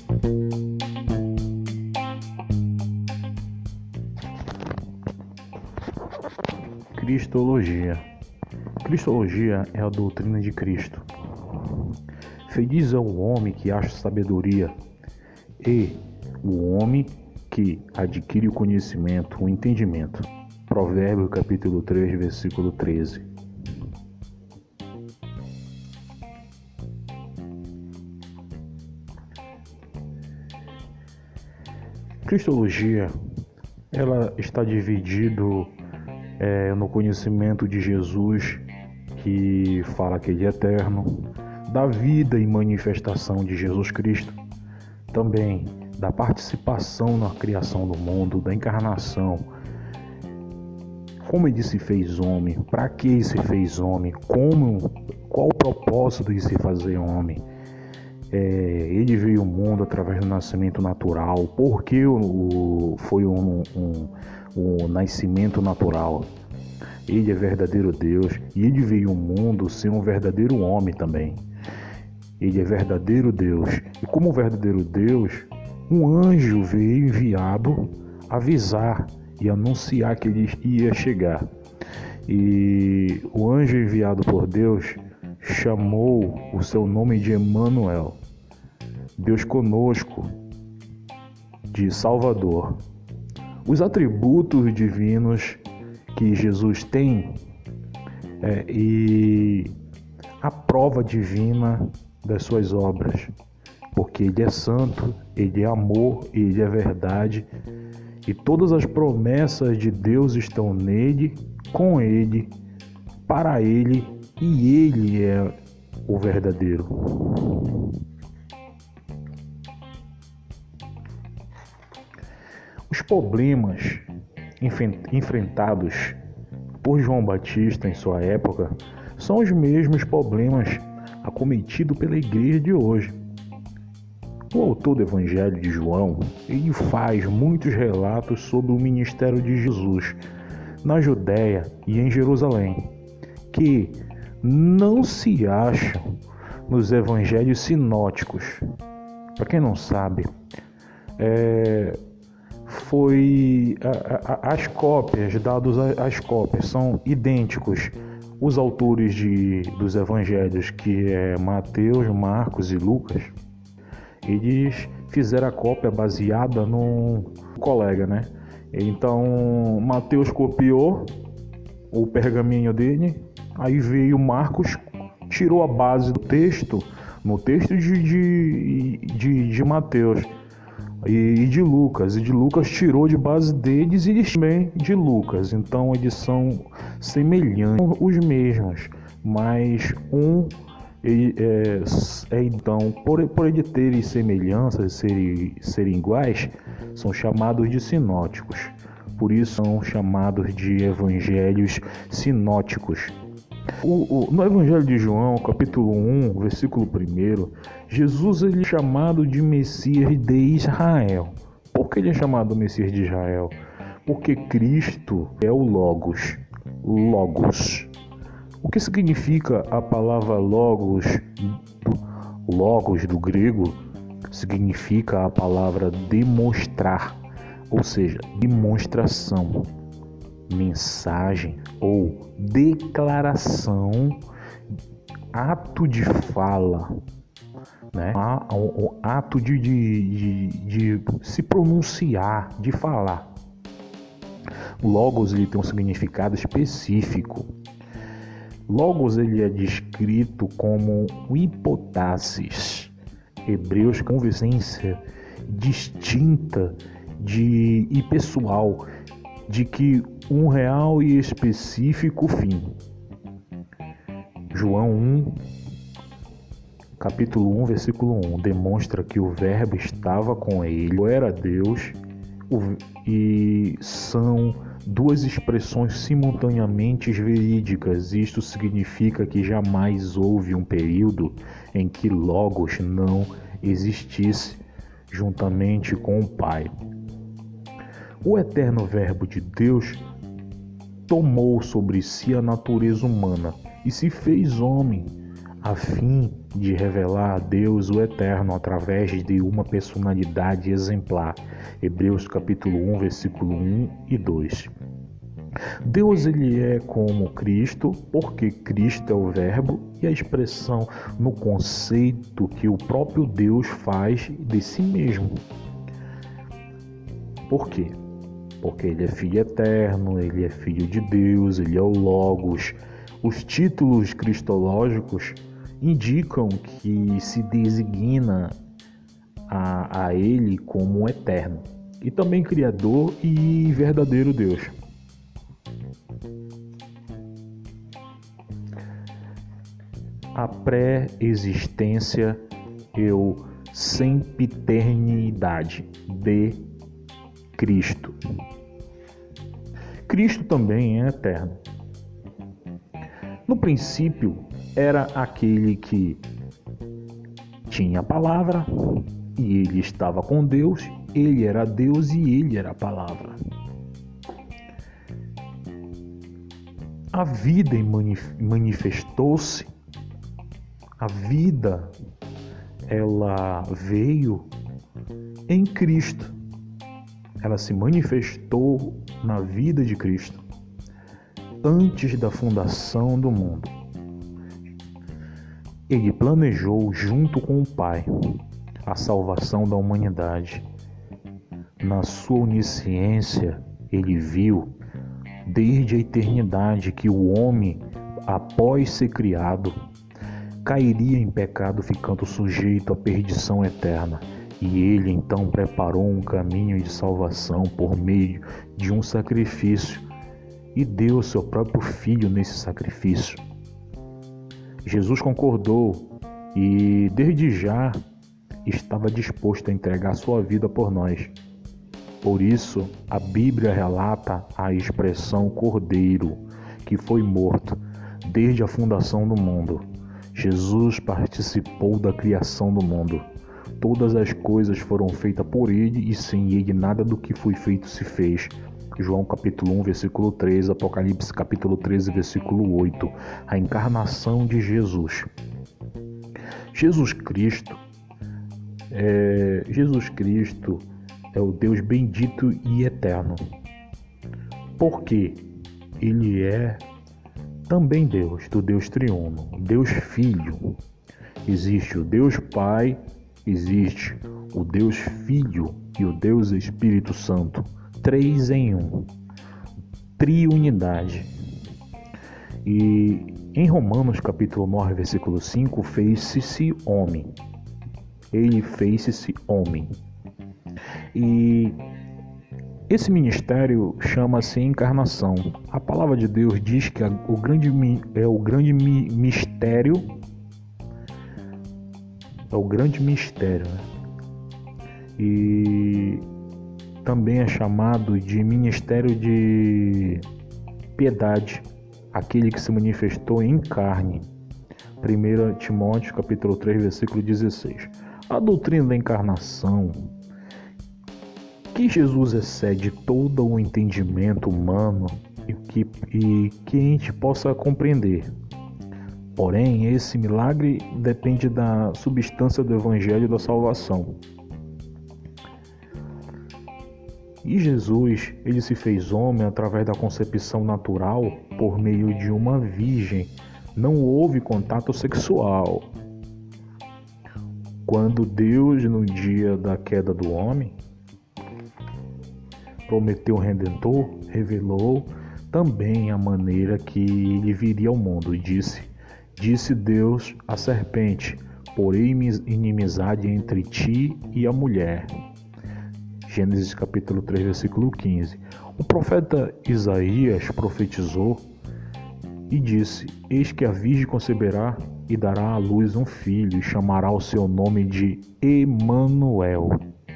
Cristologia. Cristologia é a doutrina de Cristo. Feliz é o homem que acha sabedoria e o homem que adquire o conhecimento, o entendimento. Provérbios capítulo 3, versículo 13. Cristologia, ela está dividido no conhecimento de Jesus, que fala que ele é eterno, da vida e manifestação de Jesus Cristo, também da participação na criação do mundo, da encarnação, como ele se fez homem, para que ele se fez homem, qual o propósito de se fazer homem. Ele veio ao mundo através do nascimento natural, porque foi um nascimento natural. Ele é verdadeiro Deus e ele veio ao mundo ser um verdadeiro homem também. Ele é verdadeiro Deus. E como verdadeiro Deus, um anjo veio enviado avisar e anunciar que ele ia chegar. E o anjo enviado por Deus chamou o seu nome de Emanuel, Deus conosco, de Salvador. Os atributos divinos que Jesus tem e a prova divina das suas obras, porque ele é santo, ele é amor, ele é verdade, e todas as promessas de Deus estão nele, com ele, para ele, e ele é o verdadeiro. Os problemas enfrentados por João Batista em sua época são os mesmos problemas acometidos pela igreja de hoje. O autor do Evangelho de João, ele faz muitos relatos sobre o ministério de Jesus na Judéia e em Jerusalém, que não se acham nos evangelhos sinóticos. Para quem não sabe, as cópias, dados as cópias, são idênticos. Os autores dos evangelhos, que é Mateus, Marcos e Lucas, eles fizeram a cópia baseada no colega, né? Então, Mateus copiou o pergaminho dele, aí veio Marcos, tirou a base do texto, no texto de Mateus e de Lucas, tirou de base deles e também de Lucas. Então eles são semelhantes, os mesmos, mas então, por ele terem semelhanças, serem iguais, são chamados de sinóticos. Por isso são chamados de evangelhos sinóticos. No Evangelho de João, capítulo 1, versículo 1, Jesus ele é chamado de Messias de Israel. Por que ele é chamado Messias de Israel? Porque Cristo é o Logos. Logos. O que significa a palavra Logos? Logos do grego significa a palavra demonstrar, ou seja, demonstração, mensagem ou declaração, ato de fala, né? O ato de se pronunciar, de falar. O Logos ele tem um significado específico. Logos ele é descrito como hipotásis, hebreus, convivência distinta e pessoal, de que um real e específico fim. João 1, capítulo 1, versículo 1, demonstra que o Verbo estava com ele, era Deus, e são duas expressões simultaneamente verídicas. Isto significa que jamais houve um período em que Logos não existisse juntamente com o Pai. O eterno Verbo de Deus tomou sobre si a natureza humana e se fez homem, a fim de revelar a Deus o Eterno através de uma personalidade exemplar. Hebreus capítulo 1, versículo 1 e 2. Deus ele é como Cristo, porque Cristo é o verbo e a expressão no conceito que o próprio Deus faz de si mesmo. Por quê? Porque ele é filho eterno, ele é filho de Deus, ele é o Logos. Os títulos cristológicos indicam que se designa a ele como eterno e também criador e verdadeiro Deus. A pré-existência e o sempiternidade de Cristo. Cristo também é eterno. No princípio, era aquele que tinha a palavra e ele estava com Deus, ele era Deus e ele era a palavra. A vida manifestou-se, a vida ela veio em Cristo, ela se manifestou na vida de Cristo antes da fundação do mundo. Ele planejou junto com o Pai a salvação da humanidade. Na sua onisciência, ele viu desde a eternidade que o homem, após ser criado, cairia em pecado, ficando sujeito à perdição eterna. E ele então preparou um caminho de salvação por meio de um sacrifício e deu seu próprio filho nesse sacrifício. Jesus concordou e desde já estava disposto a entregar sua vida por nós. Por isso, a Bíblia relata a expressão Cordeiro, que foi morto desde a fundação do mundo. Jesus participou da criação do mundo. Todas as coisas foram feitas por ele e sem ele nada do que foi feito se fez. João capítulo 1, versículo 3, Apocalipse capítulo 13, versículo 8. A encarnação de Jesus. Jesus Cristo é o Deus bendito e eterno. Porque ele é também Deus, do Deus triuno, Deus Filho. Existe o Deus Pai, existe o Deus Filho e o Deus Espírito Santo. 3 em 1. Triunidade. E em Romanos capítulo 9, versículo 5, fez-se homem. Ele fez-se homem. E esse ministério chama-se encarnação. A palavra de Deus diz que o grande mistério, né? E também é chamado de ministério de piedade, aquele que se manifestou em carne. 1 Timóteo capítulo 3, versículo 16. A doutrina da encarnação, que Jesus excede todo o entendimento humano e que a gente possa compreender. Porém, esse milagre depende da substância do Evangelho da salvação. E Jesus, ele se fez homem através da concepção natural por meio de uma virgem. Não houve contato sexual. Quando Deus, no dia da queda do homem, prometeu o Redentor, revelou também a maneira que ele viria ao mundo. E disse Deus à serpente: porém inimizade entre ti e a mulher. Gênesis capítulo 3, versículo 15. O profeta Isaías profetizou e disse: eis que a virgem conceberá e dará à luz um filho e chamará o seu nome de Emanuel.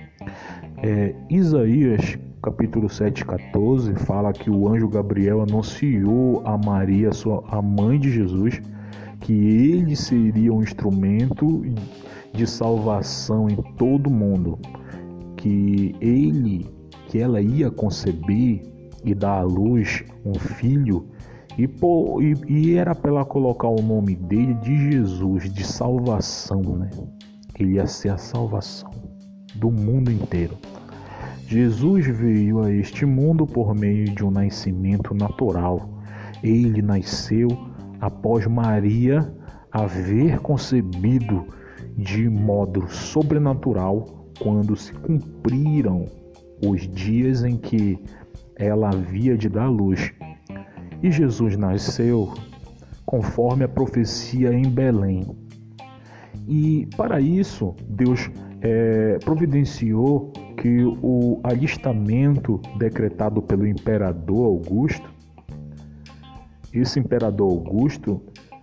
Isaías capítulo 7:14 fala que o anjo Gabriel anunciou a Maria, a mãe de Jesus, que ele seria um instrumento de salvação em todo o mundo, que ela ia conceber e dar à luz um filho E era para ela colocar o nome dele de Jesus, de salvação, né? Ele ia ser a salvação do mundo inteiro. Jesus veio a este mundo por meio de um nascimento natural. Ele nasceu após Maria haver concebido de modo sobrenatural quando se cumpriram os dias em que ela havia de dar luz. E Jesus nasceu conforme a profecia em Belém. E para isso, Deus providenciou que o alistamento decretado pelo imperador Augusto, esse imperador Augusto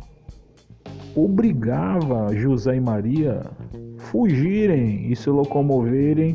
obrigava José e Maria fugirem e se locomoverem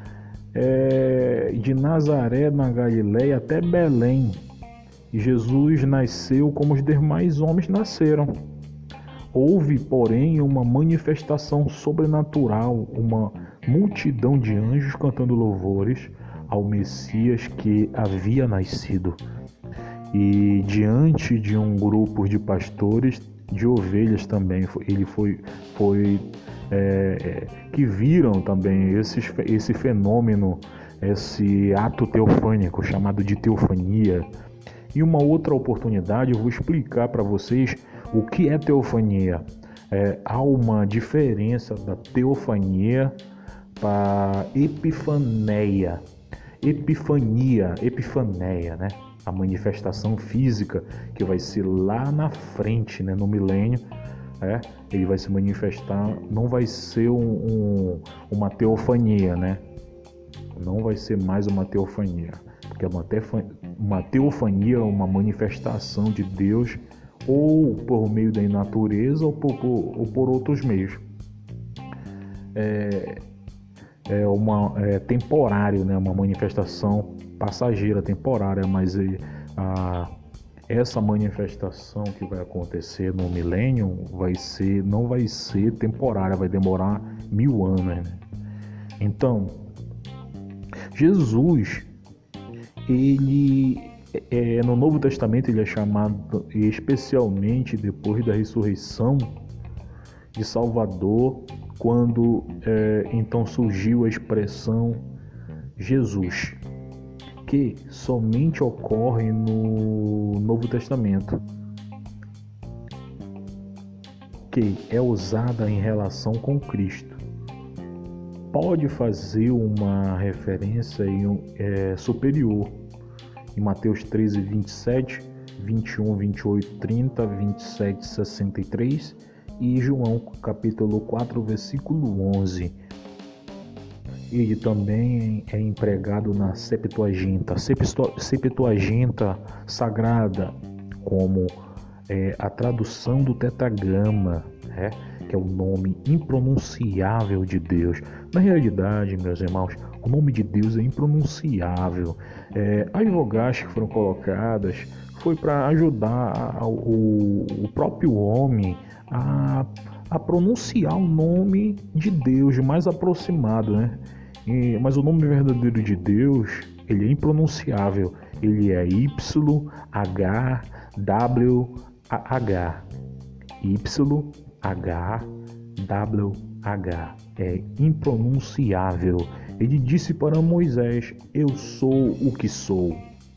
de Nazaré, na Galiléia, até Belém. E Jesus nasceu como os demais homens nasceram. Houve, porém, uma manifestação sobrenatural, uma multidão de anjos cantando louvores ao Messias que havia nascido. E diante de um grupo de pastores, de ovelhas também, que viram também esse fenômeno, esse ato teofânico, chamado de teofania. E uma outra oportunidade eu vou explicar para vocês o que é teofania. Há uma diferença da teofania para epifaneia. Epifaneia, né? A manifestação física que vai ser lá na frente, né? No milênio, ele vai se manifestar, não vai ser uma teofania, né? Não vai ser mais uma teofania, porque uma teofania é uma manifestação de Deus ou por meio da natureza ou por outros meios. É temporário, né? Uma manifestação passageira, temporária, mas essa manifestação que vai acontecer no milênio não vai ser temporária, vai demorar 1000 anos, né? Então, Jesus, ele no Novo Testamento ele é chamado, especialmente depois da ressurreição, de Salvador, quando então surgiu a expressão Jesus, que somente ocorre no Novo Testamento, que é usada em relação com Cristo. Pode fazer uma referência superior em Mateus 13, 27, 21, 28, 30, 27, 63 e João capítulo 4, versículo 11. Ele também é empregado na Septuaginta Sagrada, como a tradução do Tetragrama, que é o nome impronunciável de Deus. Na realidade, meus irmãos, o nome de Deus é impronunciável. As vogais que foram colocadas foi para ajudar o próprio homem a pronunciar o nome de Deus mais aproximado, né? Mas o nome verdadeiro de Deus, ele é impronunciável. Ele é YHWH. YHWH. É impronunciável. Ele disse para Moisés: eu sou o que sou.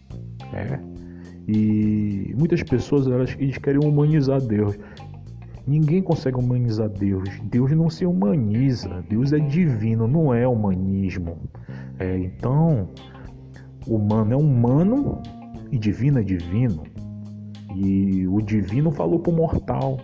E muitas pessoas eles querem humanizar Deus. Ninguém consegue humanizar Deus. Deus não se humaniza. Deus é divino, não é humanismo. Então, humano é humano e divino é divino. E o divino falou para o mortal: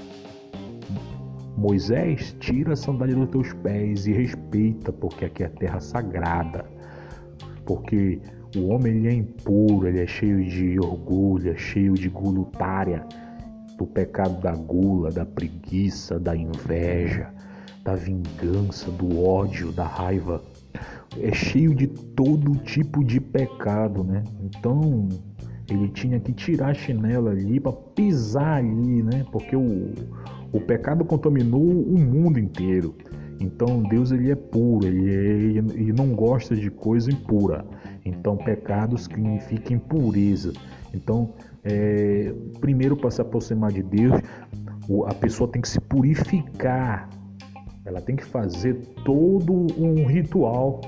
Moisés, tira a sandália dos teus pés e respeita, porque aqui é terra sagrada. Porque o homem ele é impuro, ele é cheio de orgulho, é cheio de gulutária, do pecado da gula, da preguiça, da inveja, da vingança, do ódio, da raiva. É cheio de todo tipo de pecado, né? Então, ele tinha que tirar a chinela ali para pisar ali, né? Porque o pecado contaminou o mundo inteiro. Então, Deus ele é puro, ele não gosta de coisa impura. Então, pecado significa impureza. Então, Primeiro, para se aproximar de Deus, a pessoa tem que se purificar. Ela tem que fazer todo um ritual,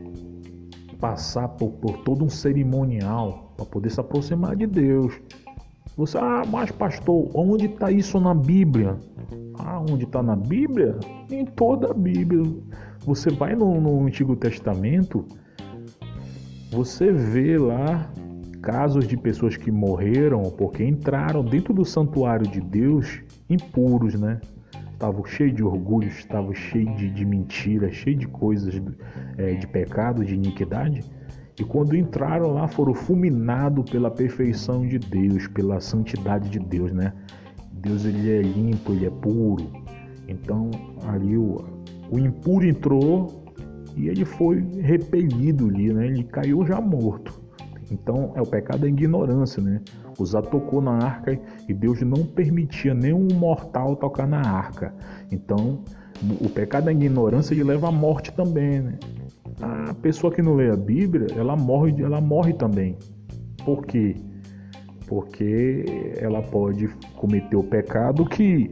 passar por todo um cerimonial para poder se aproximar de Deus. Você, mas pastor, onde está isso na Bíblia? Onde está na Bíblia? Em toda a Bíblia. Você vai no Antigo Testamento, você vê lá casos de pessoas que morreram porque entraram dentro do santuário de Deus impuros, né? Estavam cheios de orgulho, estavam cheios de mentiras, cheios de coisas, de pecado, de iniquidade. E quando entraram lá, foram fulminados pela perfeição de Deus, pela santidade de Deus, né? Deus, ele é limpo, ele é puro. Então, ali o impuro entrou e ele foi repelido ali, né? Ele caiu já morto. Então, o pecado da ignorância, né? Uzá tocou na arca e Deus não permitia nenhum mortal tocar na arca. Então, o pecado da ignorância, ele leva à morte também, né? A pessoa que não lê a Bíblia, ela morre também. Por quê? Porque ela pode cometer o pecado que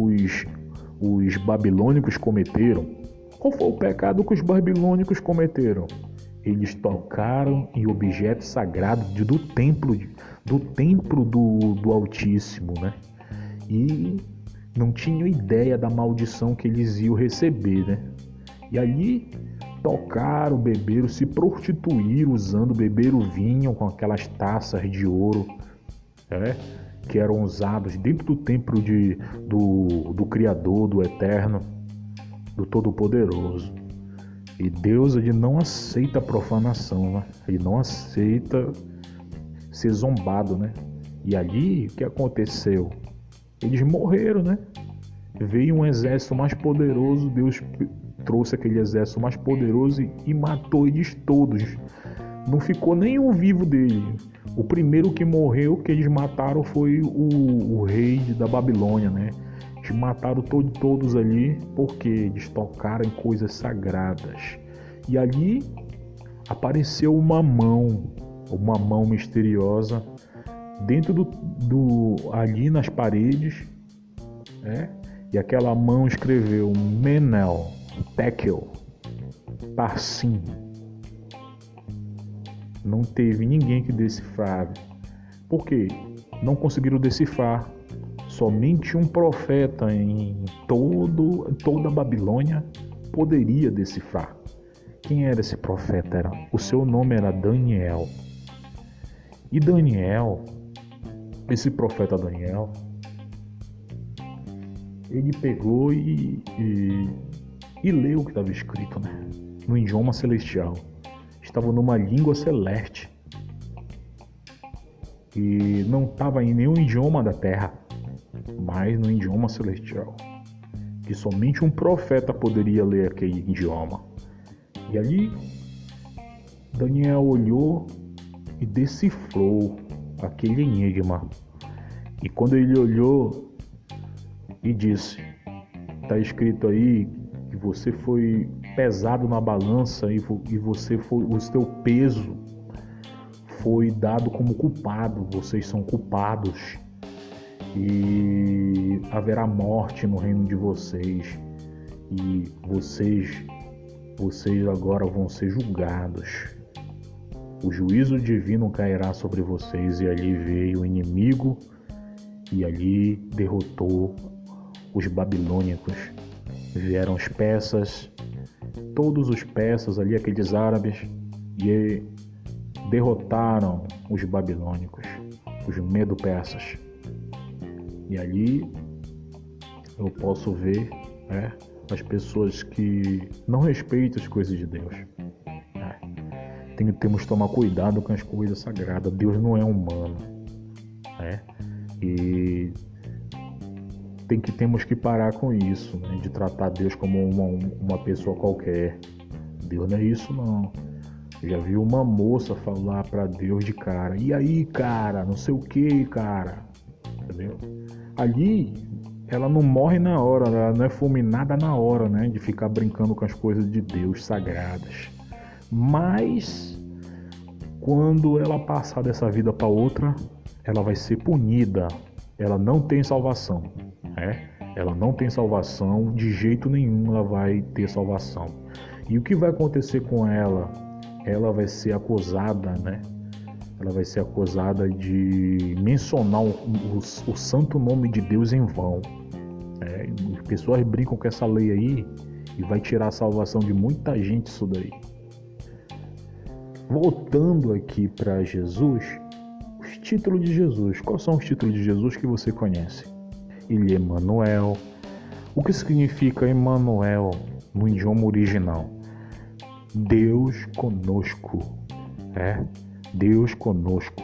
os babilônicos cometeram. Qual foi o pecado que os babilônicos cometeram? Eles tocaram em objetos sagrados do templo do Altíssimo, né? E não tinham ideia da maldição que eles iam receber, né? E ali tocaram, beberam, se prostituíram beberam vinho com aquelas taças de ouro, né? Que eram usados dentro do templo do Criador, do Eterno, do Todo-Poderoso. E Deus, ele não aceita a profanação, né? Ele não aceita ser zombado, né? E ali, o que aconteceu? Eles morreram, né? Veio um exército mais poderoso, Deus trouxe aquele exército mais poderoso e matou eles todos. Não ficou nenhum vivo dele. O primeiro que morreu, que eles mataram, foi o rei da Babilônia, né? Eles mataram todos ali porque eles tocaram em coisas sagradas. E ali apareceu uma mão misteriosa dentro ali nas paredes, né? E aquela mão escreveu Menel, Tekel, Parsim. Não teve ninguém que decifrasse. Por quê? Não conseguiram decifrar. Somente um profeta em toda a Babilônia poderia decifrar. Quem era esse profeta? O seu nome era Daniel. E Daniel, esse profeta Daniel, ele pegou e leu o que estava escrito, né? No idioma celestial. Estava numa língua celeste. E não estava em nenhum idioma da terra, mas no idioma celestial. Que somente um profeta poderia ler aquele idioma. E ali, Daniel olhou e decifrou aquele enigma. E quando ele olhou e disse, está escrito aí que você foi pesado na balança e você foi, o seu peso foi dado como culpado, vocês são culpados e haverá morte no reino de vocês e vocês agora vão ser julgados. O juízo divino cairá sobre vocês. E ali veio o inimigo e ali derrotou os babilônicos. Vieram os persas, todos os persas ali, aqueles árabes, e derrotaram os babilônicos, os medo-persas. E ali eu posso ver, né, as pessoas que não respeitam as coisas de Deus. Temos que tomar cuidado com as coisas sagradas. Deus não é humano, né? E temos que parar com isso, né? De tratar Deus como uma pessoa qualquer. Deus não é isso, não. Eu já vi uma moça falar para Deus de cara: e aí, cara, não sei o que, cara, entendeu? Ali ela não morre na hora, ela não é fulminada na hora, né? De ficar brincando com as coisas de Deus sagradas. Mas quando ela passar dessa vida para outra, ela vai ser punida, ela não tem salvação, né? Ela não tem salvação, de jeito nenhum ela vai ter salvação. E o que vai acontecer com ela? Ela vai ser acusada, né? Ela vai ser acusada de mencionar o santo nome de Deus em vão. As pessoas brincam com essa lei aí e vai tirar a salvação de muita gente isso daí. Voltando aqui para Jesus, os títulos de Jesus. Quais são os títulos de Jesus que você conhece? Ele é Emanuel. O que significa Emanuel no idioma original? Deus conosco. Deus conosco.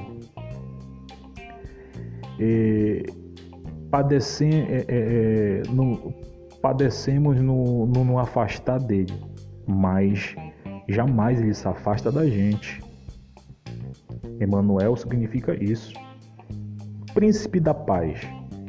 Padecemos no afastar dele, mas jamais ele se afasta da gente. Emanuel significa isso. Príncipe da paz.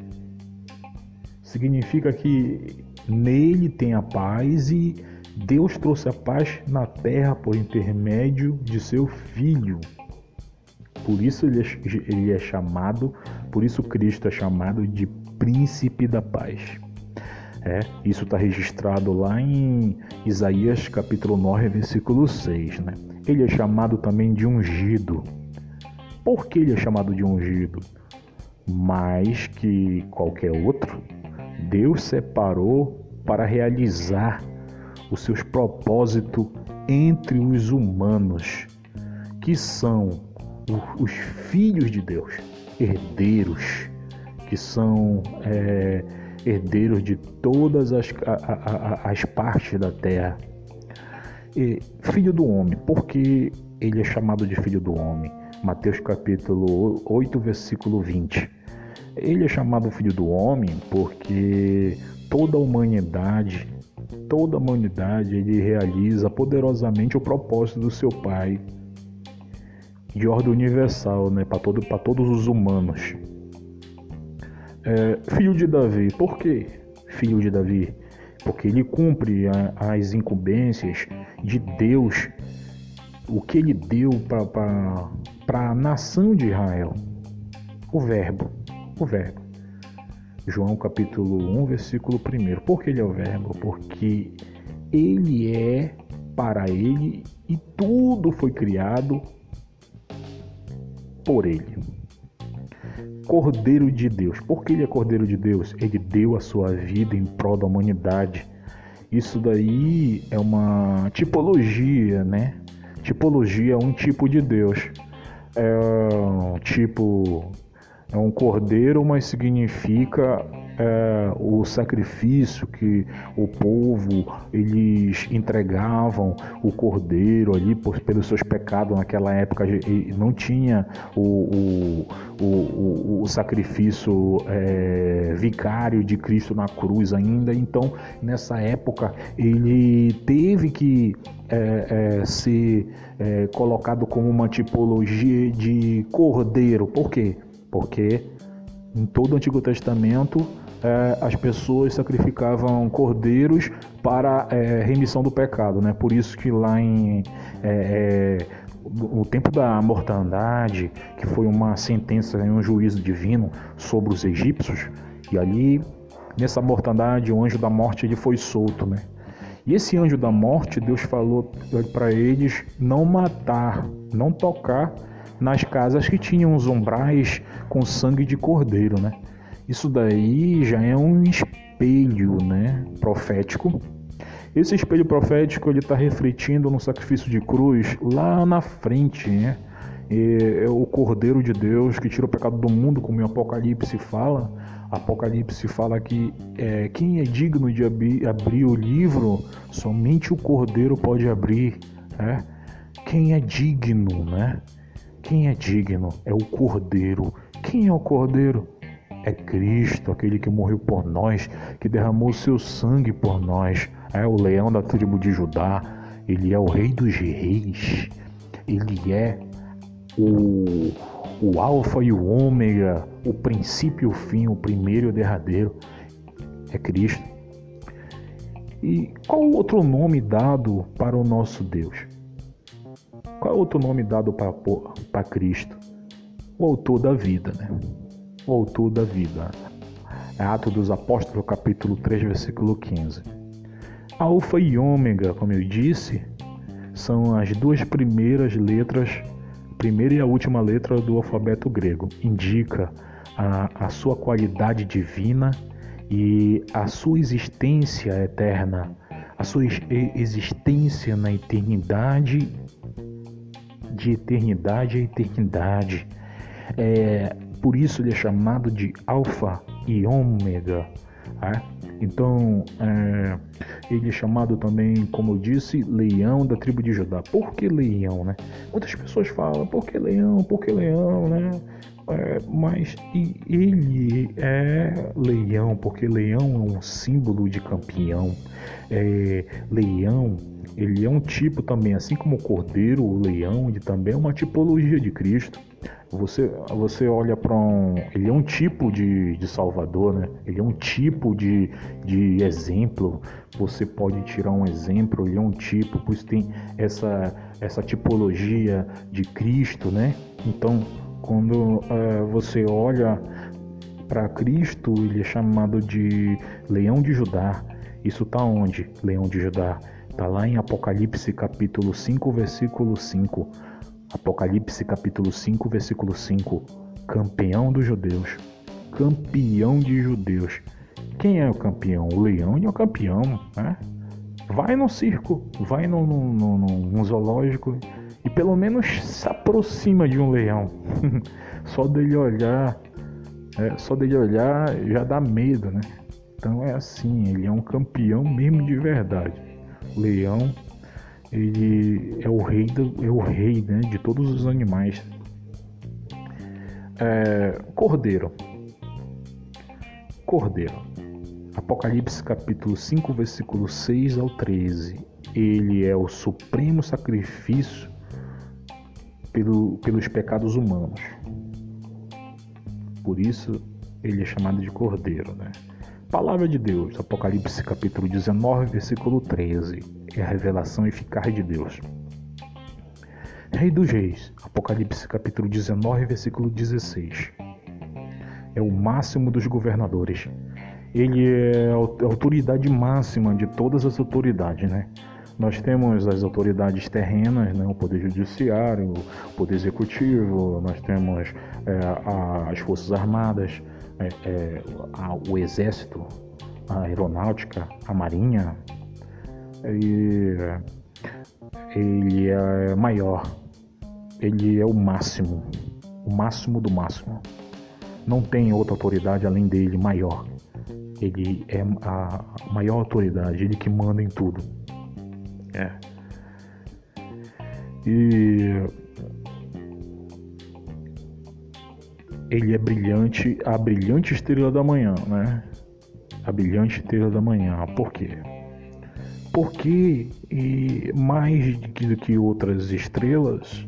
Significa que nele tem a paz e Deus trouxe a paz na terra por intermédio de seu Filho. Por isso ele é chamado, por isso Cristo é chamado de Príncipe da Paz. Isso está registrado lá em Isaías capítulo 9, versículo 6. Né? Ele é chamado também de ungido. Por que ele é chamado de ungido? Mais que qualquer outro, Deus separou para realizar os seus propósitos entre os humanos, que são os filhos de Deus, herdeiros, que são herdeiros de todas as partes da terra. Filho do homem, por que ele é chamado de filho do homem? Mateus capítulo 8, versículo 20. Ele é chamado filho do homem porque toda a humanidade ele realiza poderosamente o propósito do seu Pai de ordem universal, né, para todos os humanos. Filho de Davi, por que filho de Davi? Porque ele cumpre as incumbências de Deus, o que ele deu para a nação de Israel, o verbo. João capítulo 1, versículo 1. Por que ele é o verbo? Porque ele é para ele e tudo foi criado por ele. Cordeiro de Deus. Por que ele é Cordeiro de Deus? Ele deu a sua vida em prol da humanidade. Isso daí é uma tipologia, né? Tipologia é um tipo de Deus. É um cordeiro, mas significa o sacrifício que o povo, eles entregavam o cordeiro ali pelos seus pecados. Naquela época não tinha o sacrifício vicário de Cristo na cruz ainda. Então, nessa época, ele teve que ser colocado como uma tipologia de cordeiro. Por quê? Porque em todo o Antigo Testamento as pessoas sacrificavam cordeiros para remissão do pecado, né? Por isso que lá no tempo da mortandade, que foi uma sentença, um juízo divino sobre os egípcios, e ali nessa mortandade o anjo da morte ele foi solto, né? E esse anjo da morte, Deus falou para eles não matar, não tocar nas casas que tinham os umbrais com sangue de cordeiro, né? Isso daí já é um espelho, né, profético. Esse espelho profético ele está refletindo no sacrifício de cruz lá na frente, né? É o Cordeiro de Deus que tira o pecado do mundo, como em Apocalipse fala. Apocalipse fala que quem é digno de abrir o livro, somente o Cordeiro pode abrir. Né? Quem é digno, né? Quem é digno é o Cordeiro. Quem é o Cordeiro? É Cristo, aquele que morreu por nós, que derramou o seu sangue por nós. É o leão da tribo de Judá. Ele é o Rei dos Reis. Ele é o Alfa e o Ômega, o princípio e o fim, o primeiro e o derradeiro. É Cristo. E qual outro nome dado para o nosso Deus? Qual outro nome dado para Cristo? o autor da vida, né? O autor da vida. É Atos dos Apóstolos, capítulo 3, versículo 15. Alfa e ômega, como eu disse, são as duas primeiras letras, a primeira e a última letra do alfabeto grego. Indica a sua qualidade divina e a sua existência eterna, a sua existência na eternidade, de eternidade a eternidade. Por isso ele é chamado de Alfa e Ômega. Então, ele é chamado também, como eu disse, leão da tribo de Judá. Por que leão, né? Muitas pessoas falam, por que leão, né? Mas ele é leão, porque leão é um símbolo de campeão. Leão, ele é um tipo também, assim como o cordeiro, o leão, ele também é uma tipologia de Cristo. Você olha para ele é um tipo de Salvador, né? Ele é um tipo de exemplo. Você pode tirar um exemplo, ele é um tipo, pois tem essa tipologia de Cristo, né? Então, quando você olha para Cristo, ele é chamado de Leão de Judá. Isso está onde? Leão de Judá. Está lá em Apocalipse capítulo 5, versículo 5. Apocalipse capítulo 5, versículo 5. Campeão dos judeus. Campeão de judeus. Quem é o campeão? O leão é o campeão, né? Vai no circo, vai num zoológico e pelo menos se aproxima de um leão. Só dele olhar já dá medo, né? Então é assim, ele é um campeão mesmo de verdade. O leão, ele é o rei, né, de todos os animais. Cordeiro. Apocalipse capítulo 5, versículo 6 ao 13. Ele é o supremo sacrifício pelos pecados humanos. Por isso ele é chamado de Cordeiro, né? Palavra de Deus, Apocalipse capítulo 19, versículo 13. É a revelação eficaz de Deus. Rei dos Reis, Apocalipse capítulo 19, versículo 16. É o máximo dos governadores. Ele é a autoridade máxima de todas as autoridades, né? Nós temos as autoridades terrenas, né? O Poder Judiciário, o Poder Executivo, nós temos as Forças Armadas, o Exército, a Aeronáutica, a Marinha. E ele é maior, ele é o máximo do máximo. Não tem outra autoridade além dele maior. Ele é a maior autoridade, ele que manda em tudo. E ele é brilhante, a brilhante estrela da manhã, né? A brilhante estrela da manhã. Por quê? Porque mais do que outras estrelas,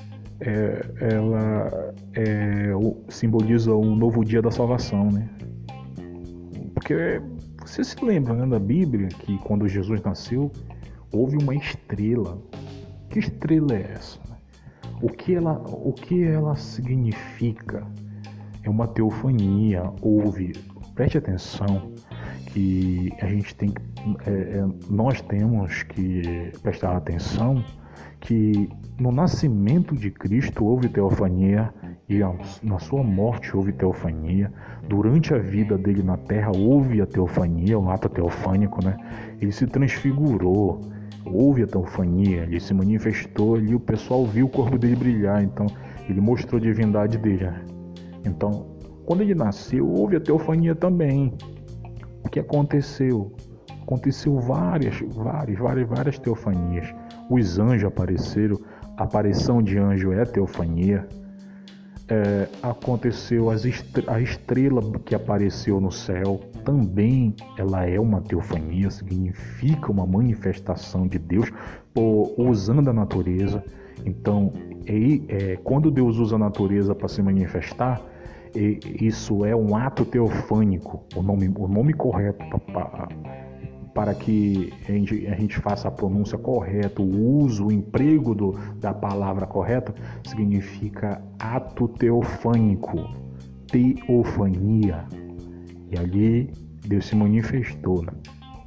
ela simboliza um novo dia da salvação, né? Porque você se lembra, né, da Bíblia que quando Jesus nasceu houve uma estrela. Que estrela é essa? O que ela significa? É uma teofania. Preste atenção que a gente tem, nós temos que prestar atenção que no nascimento de Cristo houve teofania e na sua morte houve teofania. Durante a vida dele na terra houve a teofania, o ato teofânico, né? Ele se transfigurou, houve a teofania, ele se manifestou ali, o pessoal viu o corpo dele brilhar, então ele mostrou a divindade dele, né? Então, quando ele nasceu, houve a teofania também. O que aconteceu? Aconteceu várias teofanias. Os anjos apareceram, a aparição de anjo é teofania. Aconteceu a estrela que apareceu no céu, também ela é uma teofania, significa uma manifestação de Deus usando a natureza. Então, quando Deus usa a natureza para se manifestar, isso é um ato teofânico. O nome correto para que a gente faça a pronúncia correta, o uso, o emprego da palavra correta, significa ato teofânico, teofania. E ali Deus se manifestou, né?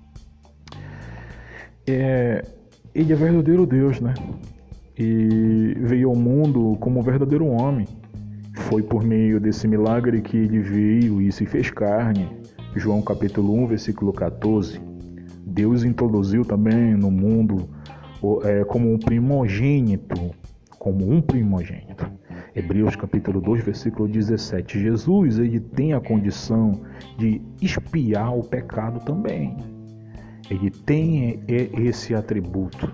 Ele é verdadeiro Deus, né? E veio ao mundo como verdadeiro homem. Foi por meio desse milagre que ele veio e se fez carne. João capítulo 1, versículo 14. Deus introduziu também no mundo como um primogênito. Hebreus capítulo 2, versículo 17. Jesus, ele tem a condição de expiar o pecado também. Ele tem esse atributo.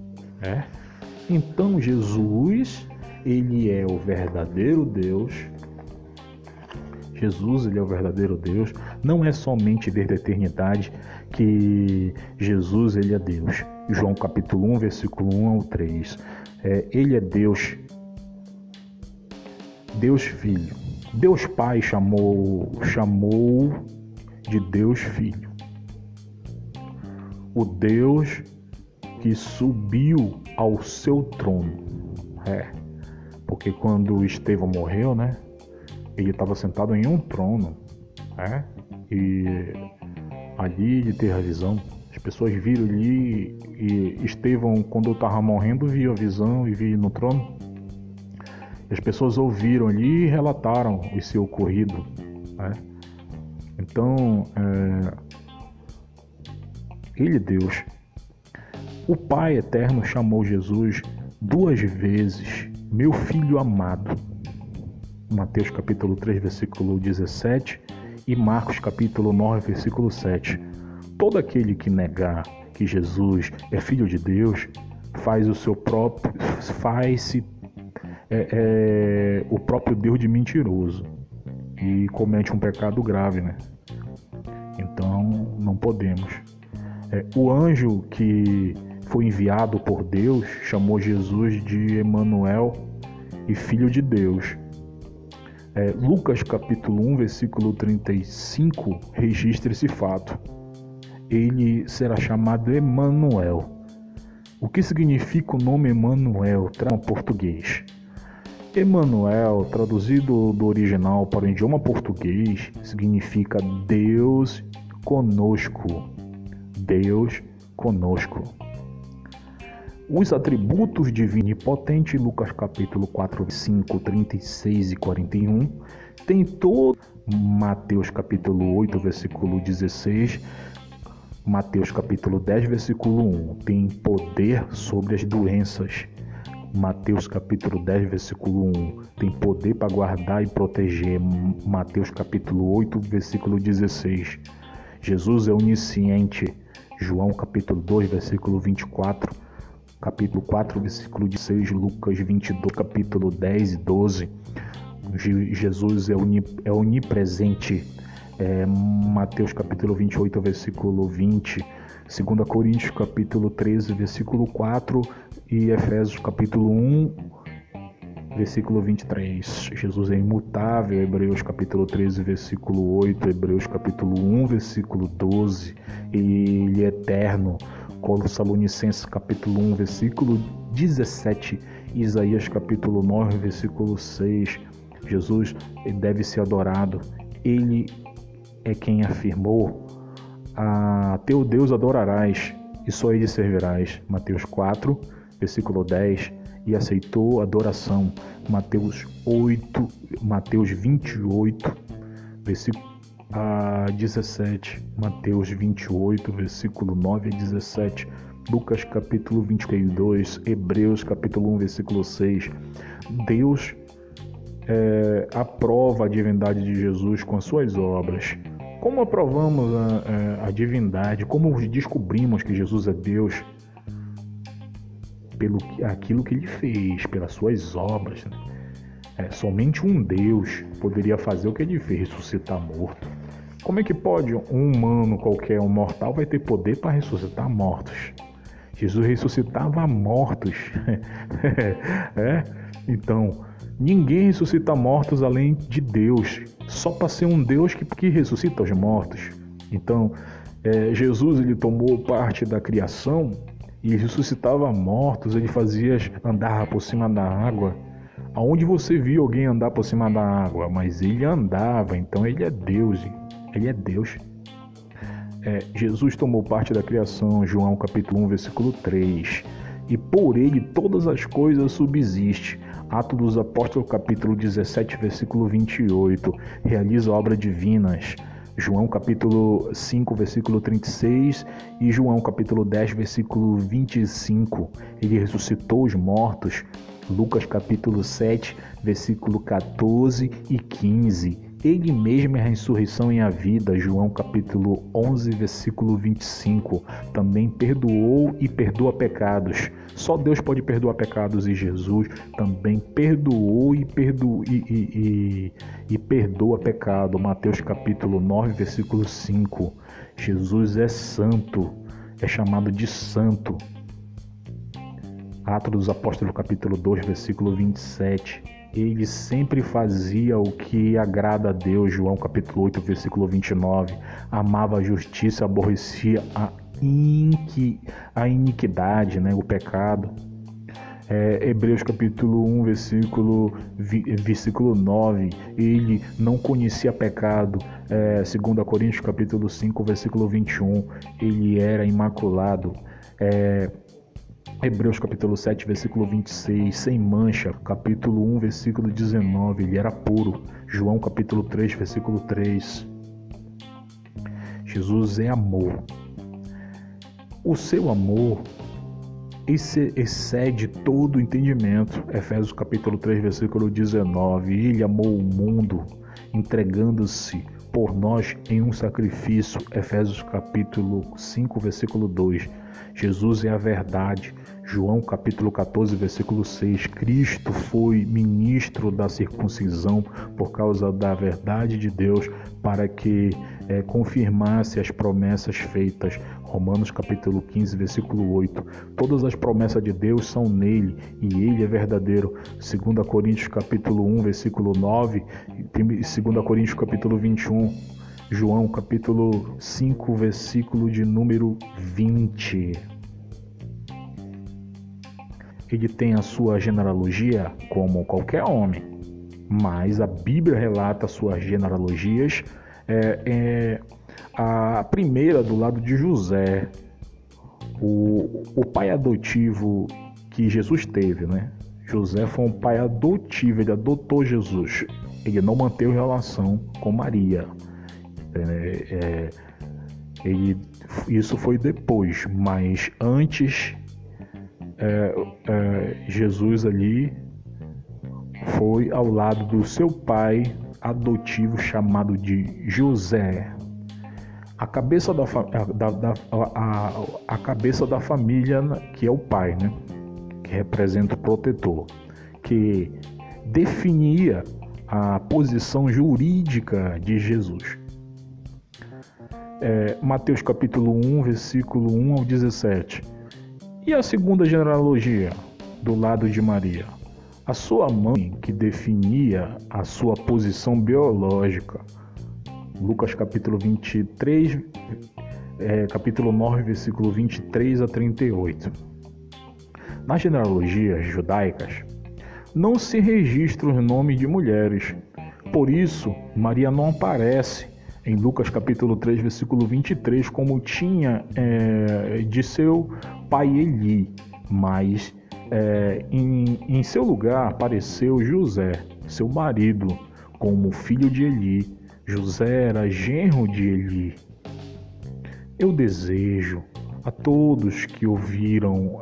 Então Jesus, ele é o verdadeiro Deus. Jesus, ele é o verdadeiro Deus. Não é somente desde a eternidade que Jesus, ele é Deus. João capítulo 1, versículo 1 ao 3. Ele é Deus. Deus Filho. Deus Pai chamou de Deus Filho. O Deus que subiu ao seu trono. Porque quando Estevão morreu, né? Ele estava sentado em um trono, e ali ele teve a visão. As pessoas viram ali, e Estevão, quando estava morrendo, viu a visão e viu no trono. As pessoas ouviram ali e relataram o seu ocorrido. Então, ele é Deus. O Pai Eterno chamou Jesus 2 vezes, meu Filho amado. Mateus capítulo 3, versículo 17 e Marcos capítulo 9, versículo 7. Todo aquele que negar que Jesus é Filho de Deus faz-se o próprio Deus de mentiroso e comete um pecado grave, né? Então não podemos. O anjo que foi enviado por Deus chamou Jesus de Emanuel e Filho de Deus. Lucas capítulo 1, versículo 35 registra esse fato. Ele será chamado Emanuel. O que significa o nome Emanuel? Em português. Emanuel, traduzido do original para o idioma português, significa Deus conosco. Deus conosco. Os atributos divino e potente, Lucas capítulo 4, 5, 36 e 41, tem todo. Mateus capítulo 8, versículo 16, Mateus capítulo 10, versículo 1, tem poder sobre as doenças. Mateus capítulo 10, versículo 1, tem poder para guardar e proteger. Mateus capítulo 8, versículo 16, Jesus é onisciente. João capítulo 2, versículo 24, capítulo 4, versículo 16, Lucas 22, capítulo 10 e 12, Jesus é onipresente. Mateus capítulo 28, versículo 20, 2 Coríntios capítulo 13, versículo 4 e Efésios capítulo 1, versículo 23. Jesus é imutável. Hebreus capítulo 13, versículo 8, Hebreus capítulo 1, versículo 12, ele é eterno. Colossenses capítulo 1, versículo 17, Isaías capítulo 9, versículo 6. Jesus deve ser adorado. Ele é quem afirmou: a teu Deus adorarás e só ele servirás. Mateus 4, versículo 10, e aceitou adoração. Mateus 28, versículo 17, Mateus 28, versículo 9 a 17, Lucas capítulo 22, Hebreus capítulo 1, versículo 6. Deus aprova a divindade de Jesus com as suas obras. Como aprovamos a divindade? Como descobrimos que Jesus é Deus? Pelo aquilo que ele fez, pelas suas obras, né? Somente um Deus poderia fazer o que ele fez, ressuscitar morto. Como é que pode um humano qualquer, um mortal, vai ter poder para ressuscitar mortos? Jesus ressuscitava mortos. Então, ninguém ressuscita mortos além de Deus, só para ser um Deus que ressuscita os mortos. Então, Jesus ele tomou parte da criação e ressuscitava mortos, ele fazia andar por cima da água. Aonde você viu alguém andar por cima da água? Mas ele andava, então ele é Deus. Ele é Deus. Jesus tomou parte da criação, João capítulo 1, versículo 3. E por ele todas as coisas subsistem. Atos dos Apóstolos capítulo 17, versículo 28. Realiza obras divinas. João capítulo 5, versículo 36 e João capítulo 10, versículo 25. Ele ressuscitou os mortos. Lucas capítulo 7, versículo 14 e 15. Ele mesmo é a ressurreição e a vida. João capítulo 11, versículo 25. Também perdoou e perdoa pecados. Só Deus pode perdoar pecados e Jesus também perdoou e perdoa pecado. Mateus capítulo 9, versículo 5. Jesus é santo, é chamado de santo. Atos dos Apóstolos capítulo 2, versículo 27. Ele sempre fazia o que agrada a Deus. João capítulo 8, versículo 29. Amava a justiça, aborrecia a iniquidade, o pecado. Hebreus capítulo 1, versículo 9. Ele não conhecia pecado. 2 Coríntios capítulo 5, versículo 21. Ele era imaculado. Hebreus capítulo 7, versículo 26, sem mancha. Capítulo 1, versículo 19, ele era puro. João capítulo 3, versículo 3. Jesus é amor. O seu amor excede todo entendimento. Efésios capítulo 3, versículo 19. Ele amou o mundo, entregando-se por nós em um sacrifício. Efésios capítulo 5, versículo 2. Jesus é a verdade. João capítulo 14, versículo 6. Cristo foi ministro da circuncisão por causa da verdade de Deus, para que confirmasse as promessas feitas. Romanos capítulo 15, versículo 8. Todas as promessas de Deus são nele e ele é verdadeiro. 2 Coríntios capítulo 1, versículo 9. 2 Coríntios capítulo 21. João capítulo 5, versículo de número 20. Ele tem a sua genealogia como qualquer homem, mas a Bíblia relata suas genealogias. A primeira do lado de José, o pai adotivo que Jesus teve, José foi um pai adotivo, ele adotou Jesus. Ele não manteve relação com Maria. Isso foi depois, mas antes Jesus ali foi ao lado do seu pai adotivo chamado de José. A cabeça da família, que é o pai, que representa o protetor, que definia a posição jurídica de Jesus. Mateus capítulo 1, versículo 1 ao 17. E a segunda genealogia, do lado de Maria? A sua mãe, que definia a sua posição biológica. Lucas capítulo 23, capítulo 9, versículo 23 a 38. Nas genealogias judaicas, não se registram os nomes de mulheres. Por isso, Maria não aparece em Lucas capítulo 3, versículo 23, como tinha de seu pai Eli, mas em seu lugar apareceu José, seu marido, como filho de Eli. José era genro de Eli. Eu desejo a todos que ouviram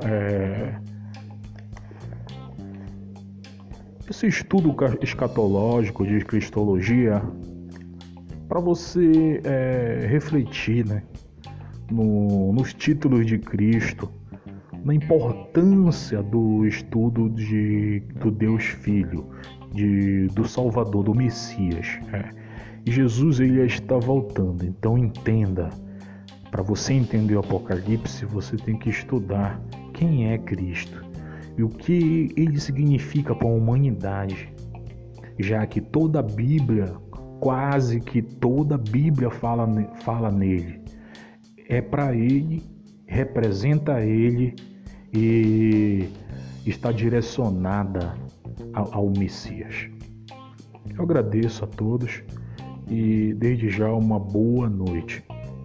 esse estudo escatológico de cristologia, para você refletir nos títulos de Cristo, na importância do estudo do Deus Filho, do Salvador, do Messias. Jesus ele está voltando, então entenda. Para você entender o Apocalipse, você tem que estudar quem é Cristo e o que ele significa para a humanidade, já que toda a Bíblia, quase que toda a Bíblia fala nele. é para ele, representa ele e está direcionada ao Messias. Eu agradeço a todos e desde já uma boa noite.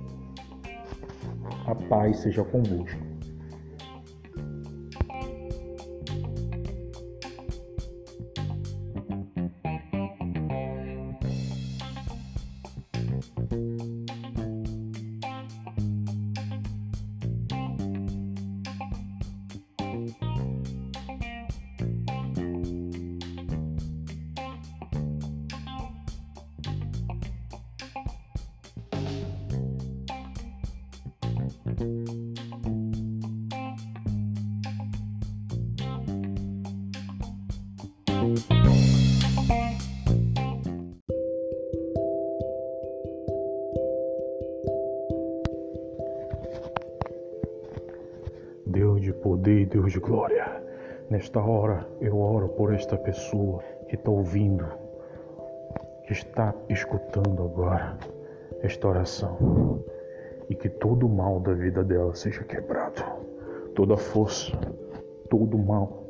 A paz seja convosco. Deus de poder e Deus de glória, nesta hora eu oro por esta pessoa que está ouvindo, que está escutando agora esta oração, e que todo o mal da vida dela seja quebrado, toda força, todo mal,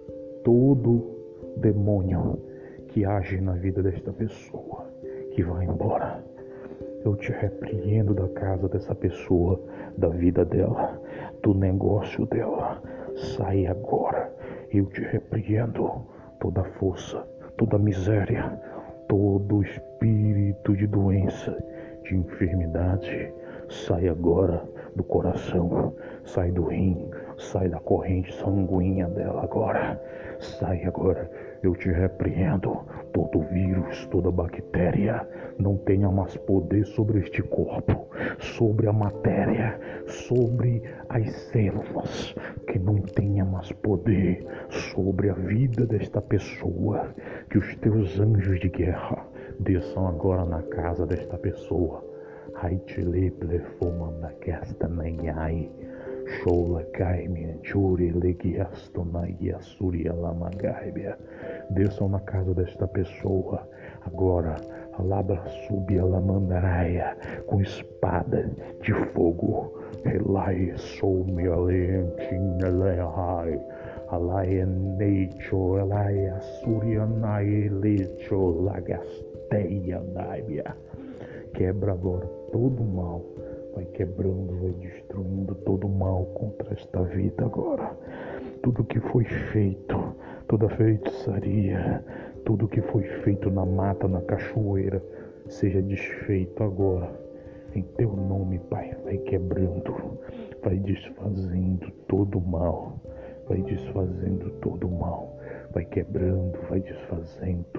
todo demônio que age na vida desta pessoa, que vai embora. Eu te repreendo da casa dessa pessoa, da vida dela, do negócio dela. Sai agora. Eu te repreendo toda força, toda miséria, todo espírito de doença, de enfermidade. Sai agora do coração, sai do rim, sai da corrente sanguínea dela agora. Sai agora. Eu te repreendo, todo vírus, toda bactéria, não tenha mais poder sobre este corpo, sobre a matéria, sobre as células, que não tenha mais poder sobre a vida desta pessoa, que os teus anjos de guerra desçam agora na casa desta pessoa. Haitile plefomanda kesta nayai. Shola Kaime, Churi, Legiastona e Assuria Lamagaibia. Desçam na casa desta pessoa agora. A labra subia Lamandaraia com espada de fogo. Elai sou me alentin, elai. Alai neicho, elai Assuria nai lecho, lagasteia naibia. Quebra agora todo o mal. Vai quebrando, vai destruindo todo o mal contra esta vida agora. Tudo que foi feito, toda feitiçaria, tudo que foi feito na mata, na cachoeira, seja desfeito agora. Em teu nome, Pai, vai quebrando, vai desfazendo todo o mal, vai desfazendo todo o mal, vai quebrando, vai desfazendo.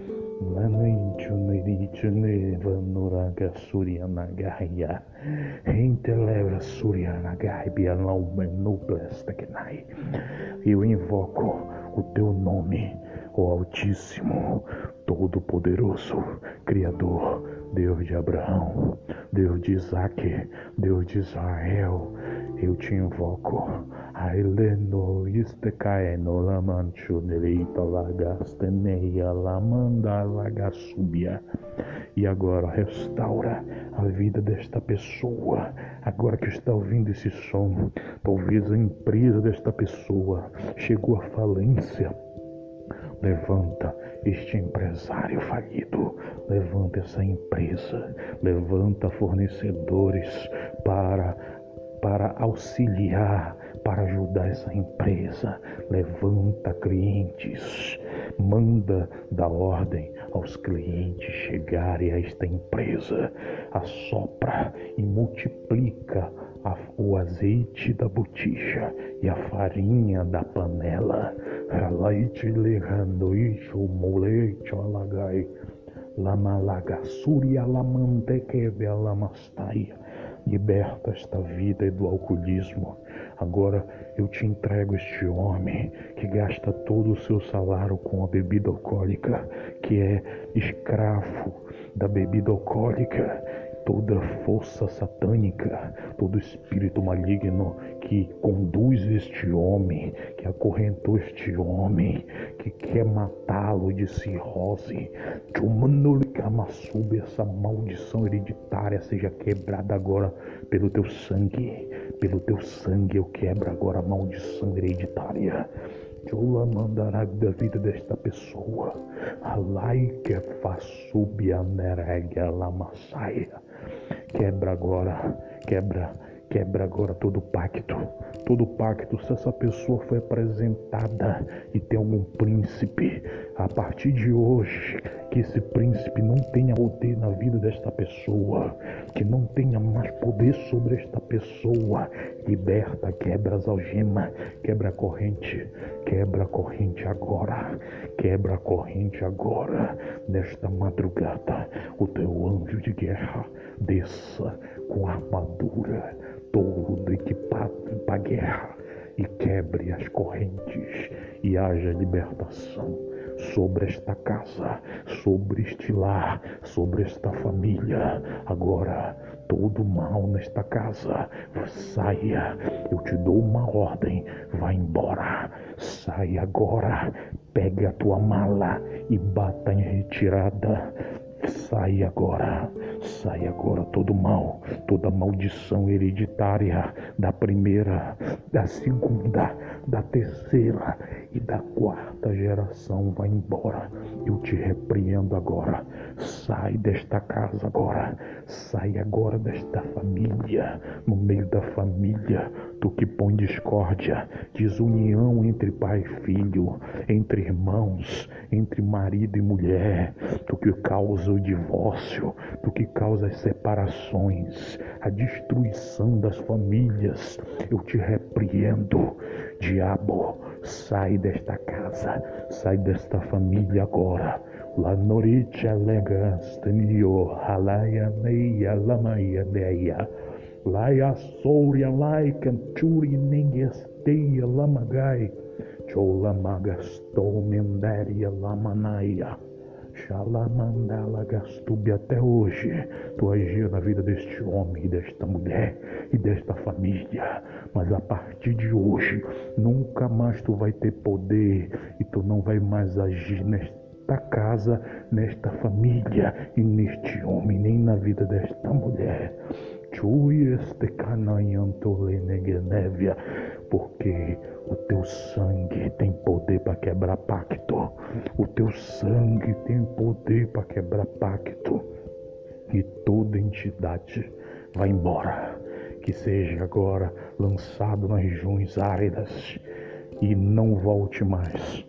Lamento nericho neva nuraga surianagaya entelebra surianagaya laumenuplastaknai. Eu invoco o teu nome, ó Altíssimo, Todo-Poderoso, Criador, Deus de Abraão, Deus de Isaque, Deus de Israel. Eu te invoco. Aileno istekaeno lamancho neleita lagasteneia lamanda lagasubia. E agora restaura a vida desta pessoa, agora que está ouvindo esse som. Talvez a empresa desta pessoa chegou à falência. Levanta este empresário falido, levanta essa empresa, levanta fornecedores para auxiliar, para ajudar essa empresa. Levanta clientes, manda dar ordem aos clientes chegarem a esta empresa. Assopra e multiplica o azeite da botija e a farinha da panela. Alaite lerando isso, moleite alagai, lamalaga suria lamantequeve alamastaia. Liberta esta vida do alcoolismo. Agora eu te entrego este homem que gasta todo o seu salário com a bebida alcoólica, que é escravo da bebida alcoólica. toda força satânica, todo espírito maligno que conduz este homem, que acorrentou este homem, que quer matá-lo de cirrose, essa maldição hereditária seja quebrada agora pelo teu sangue. Pelo teu sangue eu quebro agora a maldição hereditária. Chola mandará da vida desta pessoa. Alai que fasubia nerega la massaia. Quebra agora, quebra agora todo pacto. Todo pacto, se essa pessoa foi apresentada e tem algum príncipe, a partir de hoje, que esse príncipe não tenha poder na vida desta pessoa, que não tenha mais poder sobre esta pessoa. Liberta, quebra as algemas, quebra a corrente agora, quebra a corrente agora. Nesta madrugada, o teu anjo de guerra desça com armadura, todo equipado para a guerra, e quebre as correntes e haja libertação sobre esta casa, sobre este lar, sobre esta família. Agora, todo mal nesta casa, saia. Eu te dou uma ordem, vai embora. Sai agora, pega a tua mala e bata em retirada. Sai agora todo mal, toda maldição hereditária da primeira, da segunda, da terceira e da quarta geração vai embora. Eu te repreendo agora. Sai desta casa agora, sai agora desta família, no meio da família, tu que põe discórdia, desunião entre pai e filho, entre irmãos, entre marido e mulher, tu que causa o divórcio, tu que causa as separações, a destruição das famílias, eu te repreendo. Diabo, sai desta casa, sai desta família agora. La noricha legastanio halaya meia lamaya neia laia soria laika churi nengesteia lamagai chola magastou menderia lamanaia Shalamandala Gastubi. Até hoje tu agiu na vida deste homem e desta mulher e desta família, mas a partir de hoje nunca mais tu vai ter poder e tu não vai mais agir nesta casa, nesta família e neste homem, nem na vida desta mulher. Porque o teu sangue tem poder para quebrar pacto. O teu sangue tem poder para quebrar pacto. E toda entidade vai embora. Que seja agora lançado nas regiões áridas e não volte mais.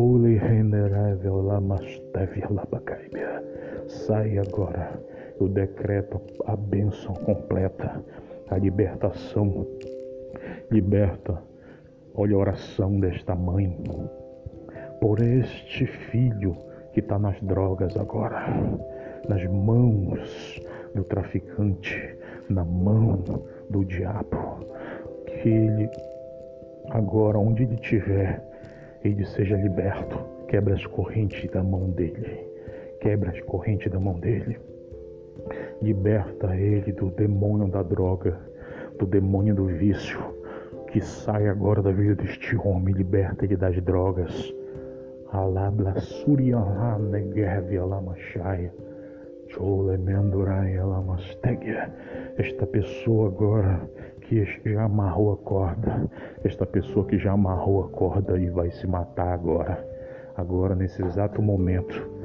Sai agora. Eu decreto a bênção completa, a libertação. Liberta, olha a oração desta mãe, por este filho que está nas drogas agora, nas mãos do traficante, na mão do diabo. Que ele, agora, onde ele estiver, ele seja liberto. Quebra as correntes da mão dele, quebra as correntes da mão dele. Liberta ele do demônio da droga, do demônio do vício, que sai agora da vida deste homem. Liberta ele das drogas. Alabla Surya Negervia Lamachaya Cholemenduraya Lamastegia. Esta pessoa agora que já amarrou a corda, esta pessoa que já amarrou a corda e vai se matar agora nesse exato momento.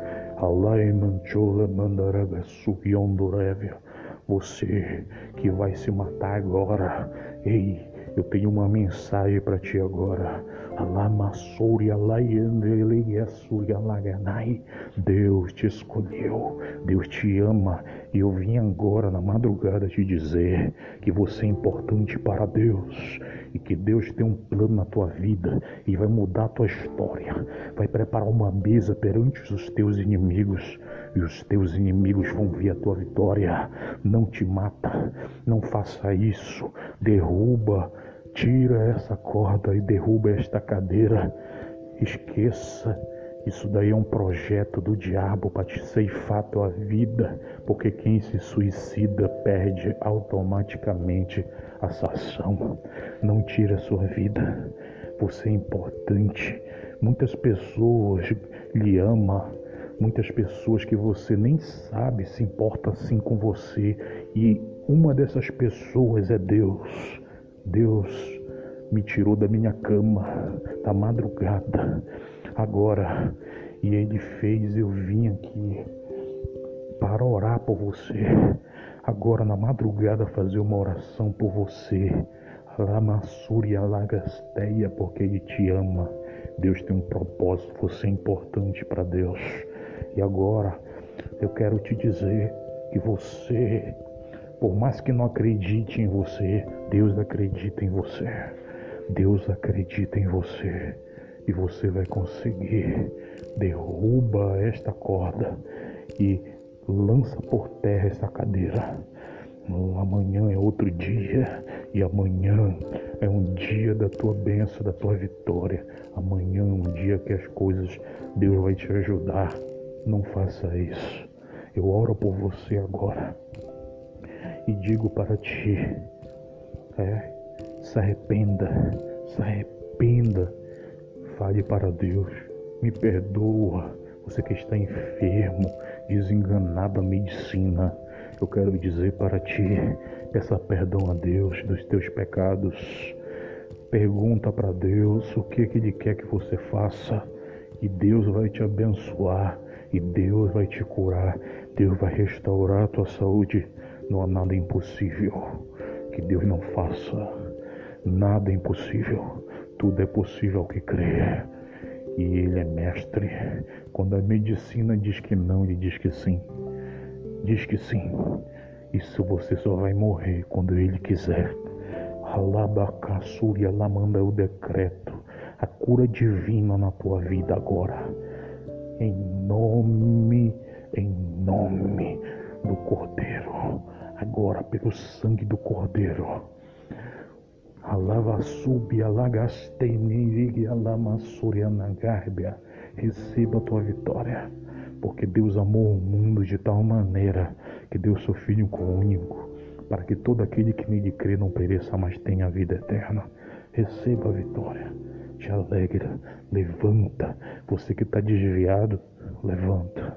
Você que vai se matar agora, ei, eu tenho uma mensagem para ti agora. Deus te escolheu, Deus te ama, e eu vim agora na madrugada te dizer que você é importante para Deus e que Deus tem um plano na tua vida e vai mudar a tua história, vai preparar uma mesa perante os teus inimigos e os teus inimigos vão ver a tua vitória. Não te mata, não faça isso, derruba, tira essa corda e derruba esta cadeira. Esqueça Isso daí é um projeto do diabo para te ceifar a tua vida, porque quem se suicida perde automaticamente a salvação. Não tira a sua vida. Você é importante. Muitas pessoas lhe amam, muitas pessoas que você nem sabe se importa assim com você, e uma dessas pessoas é Deus. Deus me tirou da minha cama da madrugada agora, e Ele fez eu vim aqui para orar por você agora na madrugada, fazer uma oração por você. Lamassúria Lagasteia, porque Ele te ama. Deus tem um propósito, você é importante para Deus. E agora eu quero te dizer que você, por mais que não acredite em você, Deus acredita em você. Deus acredita em você. E você vai conseguir. Derruba esta corda e lança por terra essa cadeira. Amanhã é outro dia, e amanhã é um dia da tua bênção, da tua vitória. Amanhã é um dia que as coisas, Deus vai te ajudar. Não faça isso. Eu oro por você agora e digo para ti, se arrependa, fale para Deus, me perdoa. Você que está enfermo, desenganado da medicina, eu quero dizer para ti, peça perdão a Deus dos teus pecados. Pergunta para Deus o que Ele quer que você faça, e Deus vai te abençoar, e Deus vai te curar, Deus vai restaurar a tua saúde. Não há nada impossível que Deus não faça. Nada é impossível, tudo é possível ao que crê. E Ele é mestre. Quando a medicina diz que não, Ele diz que sim. Diz que sim. Isso você só vai morrer quando Ele quiser. Alabacassúria, lá manda o decreto. A cura divina na tua vida agora. Em nome do Cordeiro. Agora, pelo sangue do Cordeiro. Alava subi, alagastei, alamassúria na gárbia. Receba a tua vitória. Porque Deus amou o mundo de tal maneira que deu seu Filho único, para que todo aquele que nele crê não pereça, mas tenha a vida eterna. Receba a vitória. Te alegra. Levanta. Você que está desviado, levanta.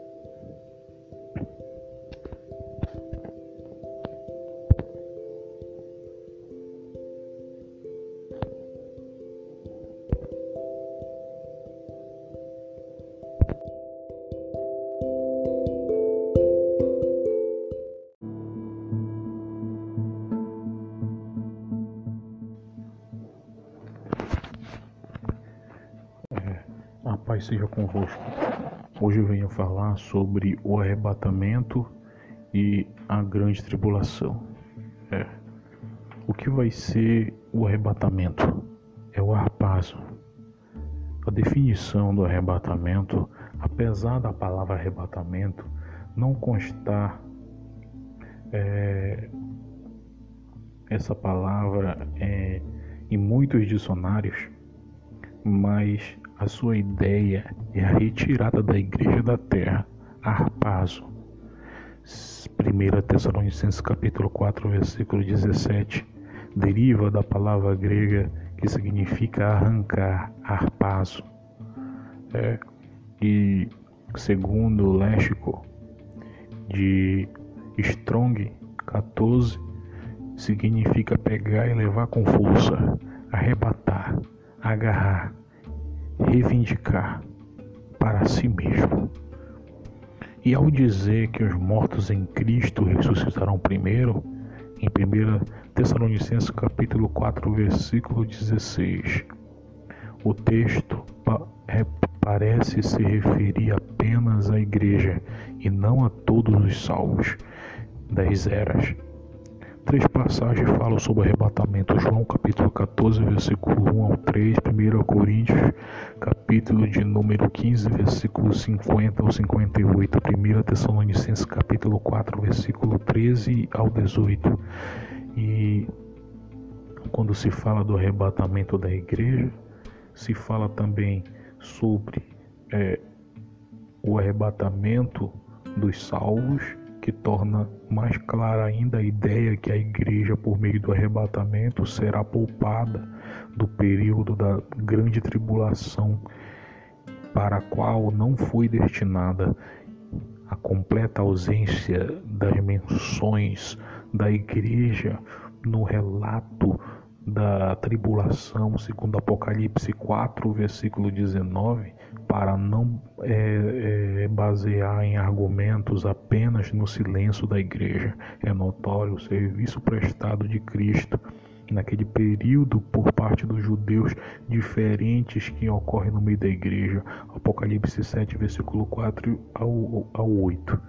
A paz seja convosco. Hoje eu venho falar sobre o arrebatamento e a grande tribulação. O que vai ser o arrebatamento? É o harpazo. A definição do arrebatamento, apesar da palavra arrebatamento não constar essa palavra em muitos dicionários, mas a sua ideia é a retirada da igreja da terra, harpazo. 1 Tessalonicenses capítulo 4, versículo 17, deriva da palavra grega que significa arrancar, harpazo. E segundo o léxico de Strong 14, significa pegar e levar com força, arrebatar, agarrar, reivindicar para si mesmo. E ao dizer que os mortos em Cristo ressuscitarão primeiro, em 1 Tessalonicenses capítulo 4, versículo 16, o texto parece se referir apenas à igreja e não a todos os salvos das eras. 3 passagens falam sobre o arrebatamento: João capítulo 14, versículo 1 ao 3, 1 Coríntios capítulo de número 15, versículo 50 ao 58, 1 Tessalonicenses capítulo 4, versículo 13 ao 18. E quando se fala do arrebatamento da igreja, se fala também sobre o arrebatamento dos salvos, que torna mais clara ainda a ideia que a igreja, por meio do arrebatamento, será poupada do período da grande tribulação, para a qual não foi destinada a completa ausência das menções da igreja no relato da tribulação, segundo Apocalipse 4, versículo 19, para não basear em argumentos apenas no silêncio da igreja. É notório o serviço prestado de Cristo naquele período por parte dos judeus diferentes que ocorrem no meio da igreja. Apocalipse 7, versículo 4 ao 8,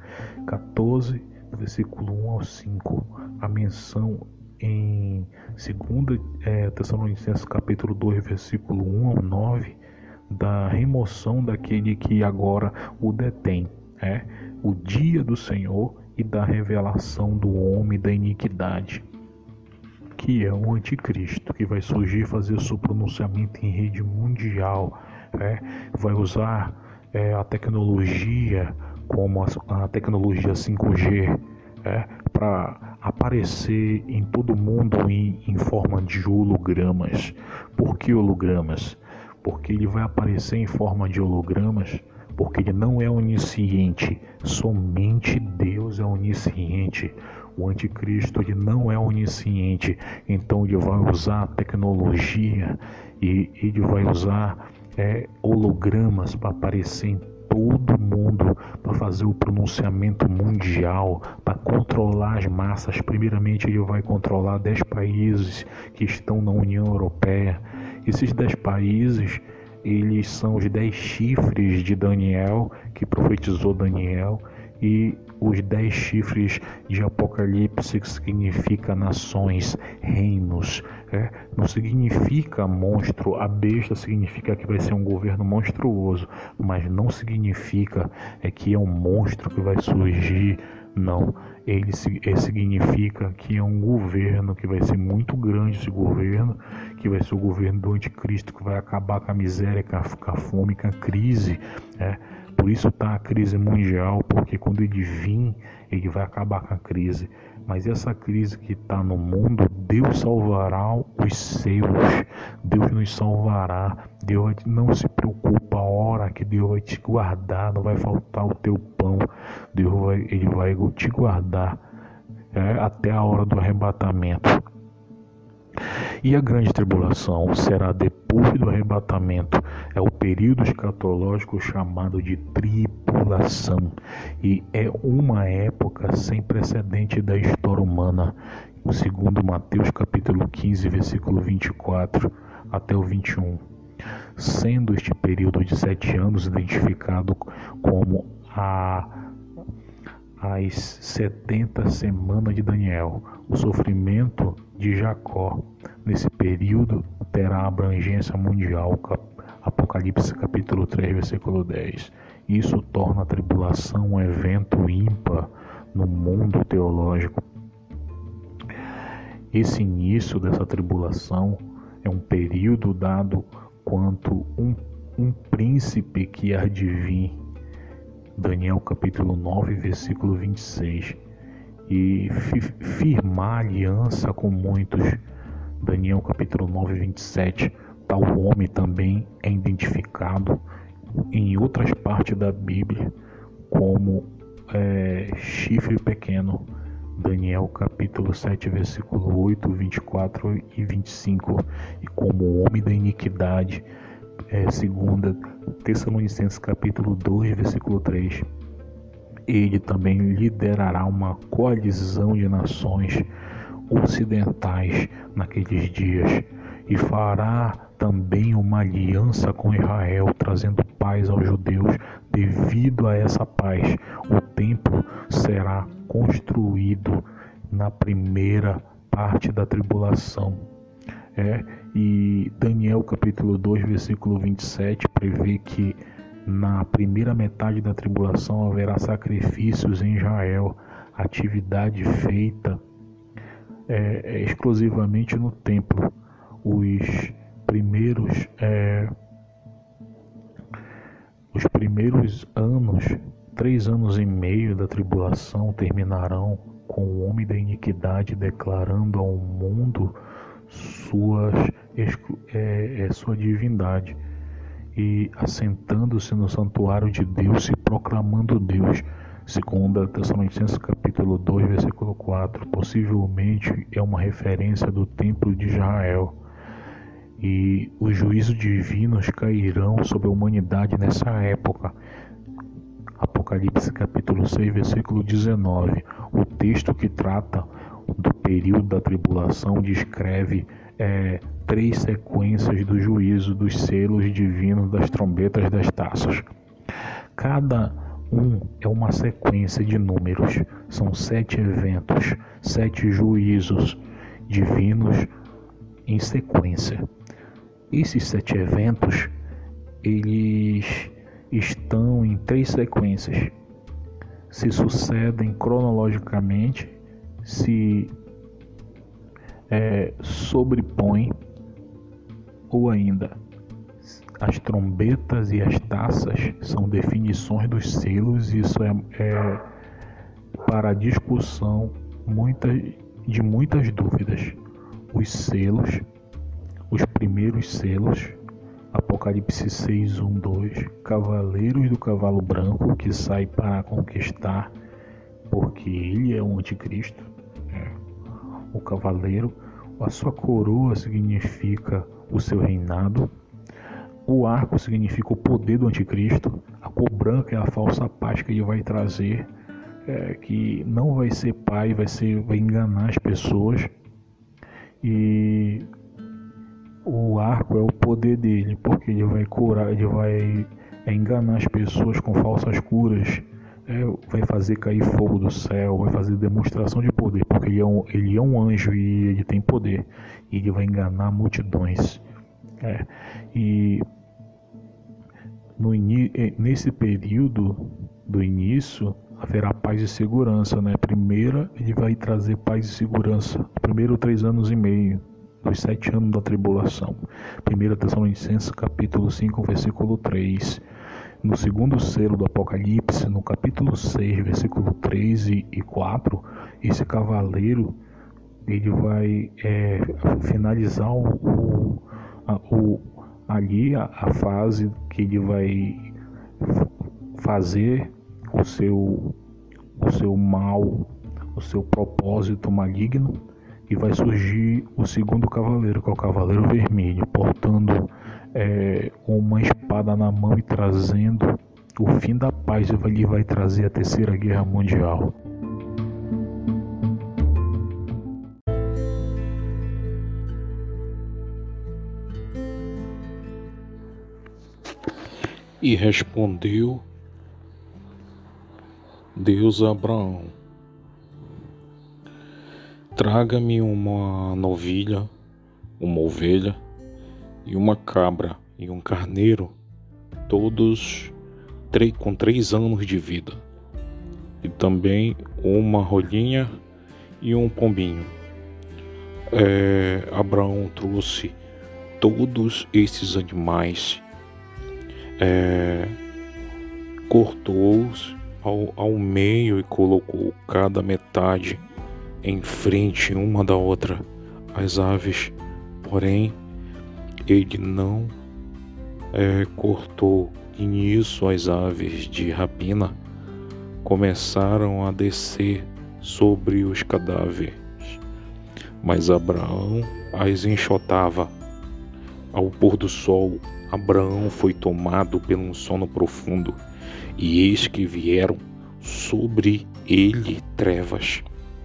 14, versículo 1 ao 5, a menção em 2 Tessalonicenses capítulo 2, versículo 1 ao 9, da remoção daquele que agora o detém, o dia do Senhor e da revelação do homem da iniquidade, que é o anticristo, que vai surgir, fazer seu pronunciamento em rede mundial, vai usar a tecnologia, como a tecnologia 5G, para aparecer em todo mundo em forma de hologramas. Por que hologramas? Porque ele vai aparecer em forma de hologramas, porque ele não é onisciente, somente Deus é onisciente. O anticristo ele não é onisciente, então ele vai usar tecnologia e ele vai usar hologramas para aparecer em todo mundo, para fazer o pronunciamento mundial, para controlar as massas. Primeiramente ele vai controlar 10 países que estão na União Europeia. Esses 10 países, eles são os 10 chifres de Daniel, que profetizou Daniel, e os 10 chifres de Apocalipse, que significa nações, reinos. Não significa monstro. A besta significa que vai ser um governo monstruoso, mas não significa que é um monstro que vai surgir. Não, ele significa que é um governo que vai ser muito grande, esse governo, que vai ser o governo do anticristo, que vai acabar com a miséria, com a fome, com a crise. Por isso está a crise mundial, porque quando ele vir, ele vai acabar com a crise. Mas essa crise que está no mundo, Deus salvará os seus. Deus nos salvará. Deus não se preocupa a hora que Deus vai te guardar, não vai faltar o teu pão. Ele vai te guardar até a hora do arrebatamento. E a grande tribulação será depois do arrebatamento. É o período escatológico chamado de tribulação. E é uma época sem precedente da história humana. Segundo Mateus capítulo 15, versículo 24 até o 21. Sendo este período de 7 anos identificado como as 70 semanas de Daniel. O sofrimento de Jacó nesse período terá abrangência mundial. Apocalipse capítulo 3, versículo 10. Isso torna a tribulação um evento ímpar no mundo teológico. Esse início dessa tribulação é um período dado quanto um príncipe que há de vir. Daniel capítulo 9, versículo 26. E firmar aliança com muitos. Daniel capítulo 9, 27. Tal homem também é identificado em outras partes da Bíblia como chifre pequeno. Daniel capítulo 7, versículo 8, 24 e 25. E como homem da iniquidade, segunda Tessalonicenses capítulo 2, versículo 3. Ele também liderará uma coalizão de nações ocidentais naqueles dias e fará também uma aliança com Israel, trazendo paz aos judeus. Devido a essa paz, o templo será construído na primeira parte da tribulação. E Daniel capítulo 2, versículo 27 prevê que na primeira metade da tribulação haverá sacrifícios em Israel, atividade feita exclusivamente no templo. Os primeiros 3 anos e meio da tribulação terminarão com o homem da iniquidade declarando ao mundo sua divindade e assentando-se no santuário de Deus e proclamando Deus. 2 Tessalonicenses capítulo 2, versículo 4, possivelmente é uma referência do templo de Israel. E os juízos divinos cairão sobre a humanidade nessa época. Apocalipse capítulo 6, versículo 19. O texto que trata do período da tribulação descreve 3 sequências do juízo dos selos divinos, das trombetas, das taças. Cada é uma sequência de números. São 7 eventos, 7 juízos divinos em sequência. Esses 7 eventos, eles estão em 3 sequências. Se sucedem cronologicamente, se sobrepõem, ou ainda as trombetas e as taças são definições dos selos. Isso é para discussão de muitas dúvidas. Os selos, os primeiros selos, Apocalipse 6, 1, 2, cavaleiros do cavalo branco que sai para conquistar, porque ele é o anticristo, o cavaleiro. A sua coroa significa o seu reinado. O arco significa o poder do anticristo. A cor branca é a falsa paz que ele vai trazer, que não vai ser pai, vai enganar as pessoas. E o arco é o poder dele, porque ele vai curar, ele vai enganar as pessoas com falsas curas, vai fazer cair fogo do céu, vai fazer demonstração de poder, porque ele é um anjo e ele tem poder, e ele vai enganar multidões. E nesse período do início haverá paz e segurança, Primeira, ele vai trazer paz e segurança. Primeiro 3 anos e meio dos 7 anos da tribulação. 1 Tessalonicenses capítulo 5, versículo 3. No segundo selo do Apocalipse, no capítulo 6, versículo 3 e 4, esse cavaleiro ele vai finalizar ali a fase que ele vai fazer o seu mal, o seu propósito maligno, e vai surgir o segundo cavaleiro, que é o cavaleiro vermelho, portando uma espada na mão e trazendo o fim da paz. Ele vai trazer a Terceira Guerra Mundial. E respondeu Deus a Abraão: traga-me uma novilha, uma ovelha e uma cabra e um carneiro, todos com 3 anos de vida, e também uma rolinha e um pombinho. Abraão trouxe todos esses animais, cortou-os ao meio e colocou cada metade em frente uma da outra. As aves, porém, ele não cortou, e nisso as aves de rapina começaram a descer sobre os cadáveres, mas Abraão as enxotava. Ao pôr do sol, Abraão foi tomado por um sono profundo, e eis que vieram sobre ele trevas.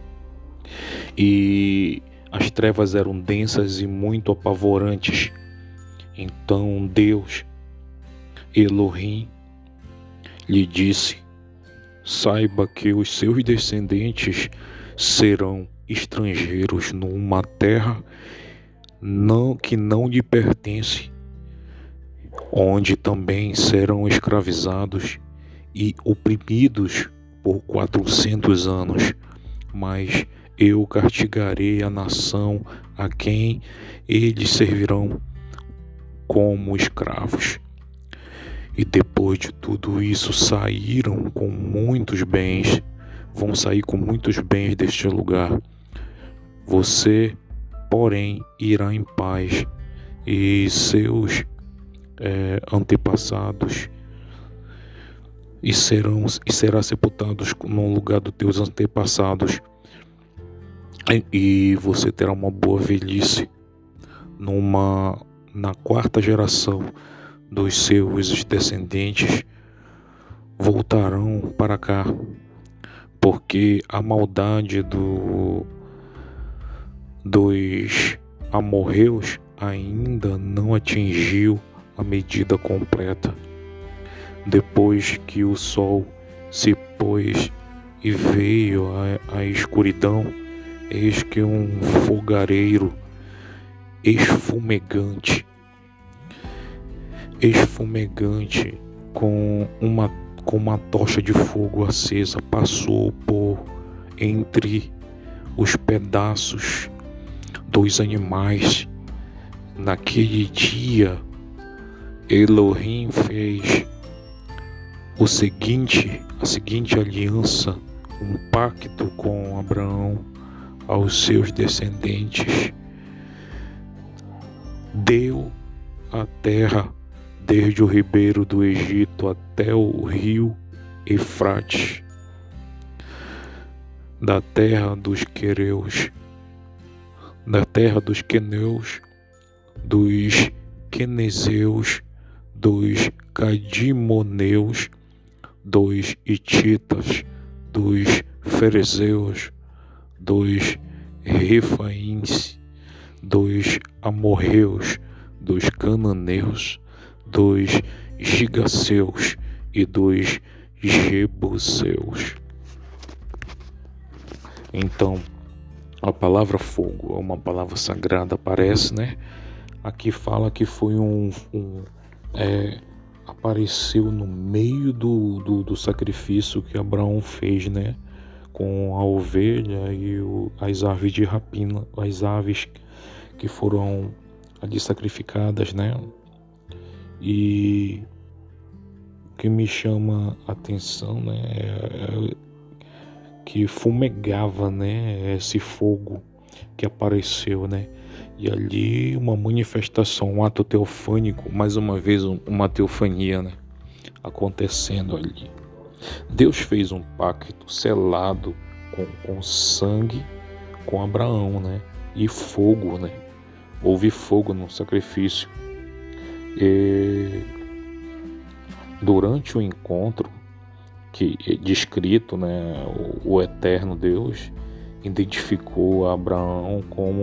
E as trevas eram densas e muito apavorantes. Então Deus, Elohim, lhe disse: saiba que os seus descendentes serão estrangeiros numa terra que não lhe pertence, onde também serão escravizados e oprimidos por 400 anos. Mas eu castigarei a nação a quem eles servirão como escravos. e depois de tudo isso saíram com muitos bens, vão sair com muitos bens deste lugar. Você, porém, irá em paz, e seus antepassados e será sepultados no lugar dos teus antepassados, e você terá uma boa velhice. Na quarta geração dos seus descendentes voltarão para cá, porque a maldade dos amorreus ainda não atingiu a medida completa. Depois que o sol se pôs e veio a escuridão, eis que um fogareiro esfumegante com uma tocha de fogo acesa passou por entre os pedaços dos animais. Naquele dia, Elohim fez a seguinte aliança, um pacto com Abraão aos seus descendentes. Deu a terra desde o ribeiro do Egito até o rio Eufrates, da terra dos queneus, dos quenezeus, dos cadimoneus, dos hititas, dos ferezeus, dos refaíns, dos amorreus, dos cananeus, dos gigaseus e dos jebuseus. Então, a palavra fogo é uma palavra sagrada, aparece, né? Aqui fala que foi apareceu no meio do sacrifício que Abraão fez, né? Com a ovelha e as aves de rapina, as aves que foram ali sacrificadas, né? E o que me chama a atenção, né, é que fumegava, né, esse fogo que apareceu, né? E ali uma manifestação, um ato teofânico, mais uma vez uma teofania, né, acontecendo ali. Deus fez um pacto selado com sangue com Abraão, né? E fogo, né? Houve fogo no sacrifício. E durante o encontro que descrito, né, o eterno Deus identificou Abraão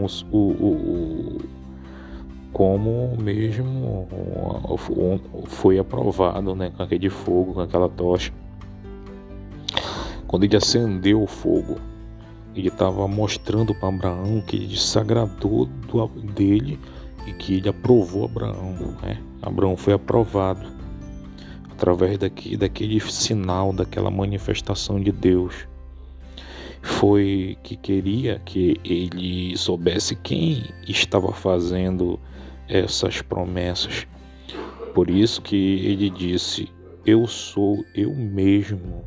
como mesmo foi aprovado, né, com aquele fogo, com aquela tocha. Quando ele acendeu o fogo, ele estava mostrando para Abraão que ele se agradou dele e que ele aprovou Abraão, né? Abraão foi aprovado através daquele sinal, daquela manifestação de Deus. Foi que queria que ele soubesse quem estava fazendo essas promessas. Por isso que ele disse: eu sou eu mesmo.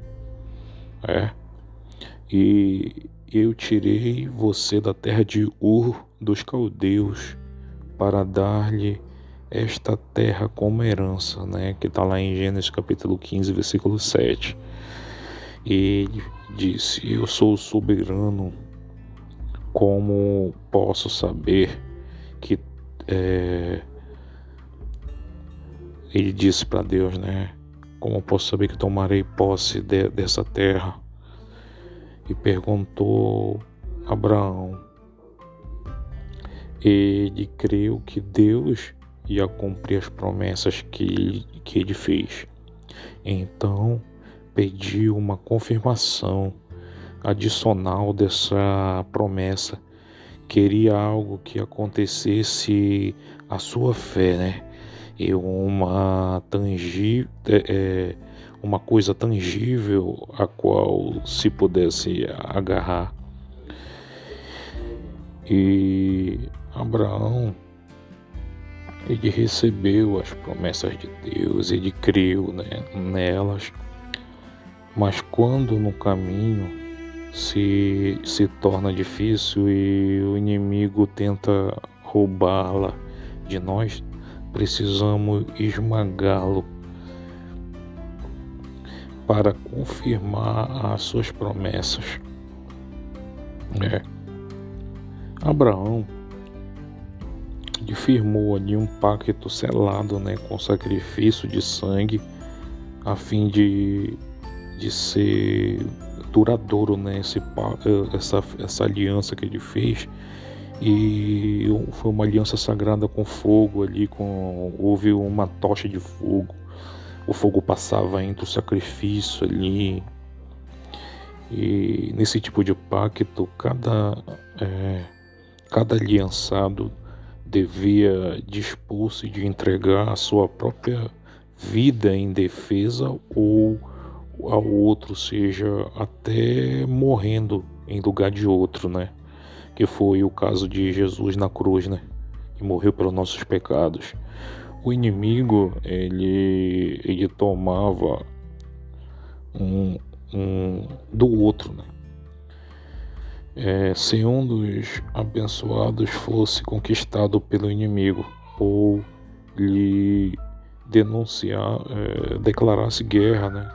E eu tirei você da terra de Ur dos caldeus para dar-lhe esta terra como herança, né? Que está lá em Gênesis capítulo 15, versículo 7. E ele disse: eu sou soberano, como posso saber que... Ele disse para Deus, né? Como posso saber que tomarei posse dessa terra? E perguntou Abraão. Ele creu que Deus ia cumprir as promessas que ele fez. Então pediu uma confirmação adicional dessa promessa. Queria algo que acontecesse à sua fé, né? E uma coisa tangível a qual se pudesse agarrar. E Abraão Ele recebeu as promessas de Deus, ele creu, né, nelas, mas quando no caminho se torna difícil e o inimigo tenta roubá-la de nós, precisamos esmagá-lo para confirmar as suas promessas. Abraão firmou ali um pacto selado, né, com sacrifício de sangue, a fim de ser duradouro, né, essa aliança que ele fez. E foi uma aliança sagrada com fogo ali, houve uma tocha de fogo, o fogo passava entre o sacrifício ali. E nesse tipo de pacto, cada aliançado devia dispor-se de entregar a sua própria vida em defesa ou ao outro, seja até morrendo em lugar de outro, né? Que foi o caso de Jesus na cruz, né? Que morreu pelos nossos pecados. O inimigo, ele tomava do outro, né? Se um dos abençoados fosse conquistado pelo inimigo ou lhe declarasse guerra, né?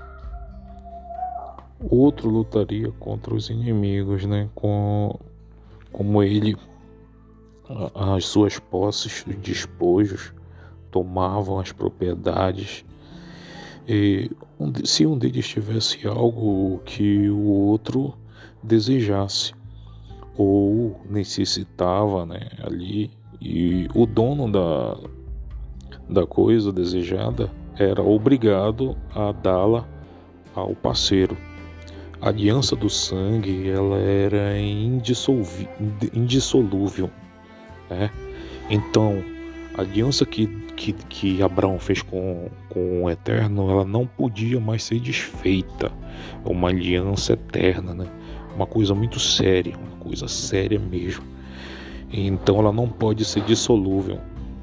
Outro lutaria contra os inimigos, né? Como ele, as suas posses, os despojos, tomavam as propriedades. E se um deles tivesse algo que o outro desejasse ou necessitava, né, ali, e o dono da coisa desejada era obrigado a dá-la ao parceiro. A aliança do sangue, ela era indissolúvel, né? Então, a aliança que Abraão fez com o Eterno, ela não podia mais ser desfeita. É uma aliança eterna, né? Uma coisa muito séria, uma coisa séria mesmo. Então ela não pode ser dissolúvel.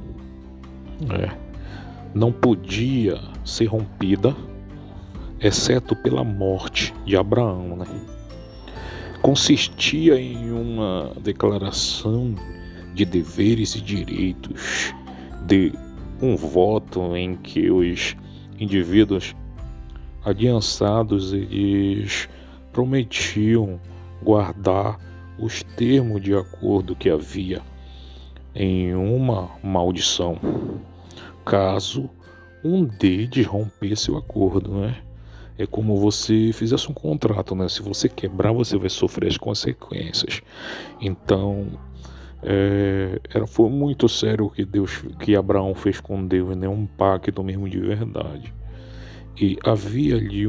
Não podia ser rompida, exceto pela morte de Abraão, né? Consistia em uma declaração de deveres e direitos, de um voto em que os indivíduos aliançados, eles prometiam guardar os termos de acordo que havia em uma maldição, caso um deles rompesse o acordo, né? É como você fizesse um contrato, né? Se você quebrar, você vai sofrer as consequências. Então, foi muito sério o que Abraão fez com Deus, né? Um pacto mesmo de verdade. E havia ali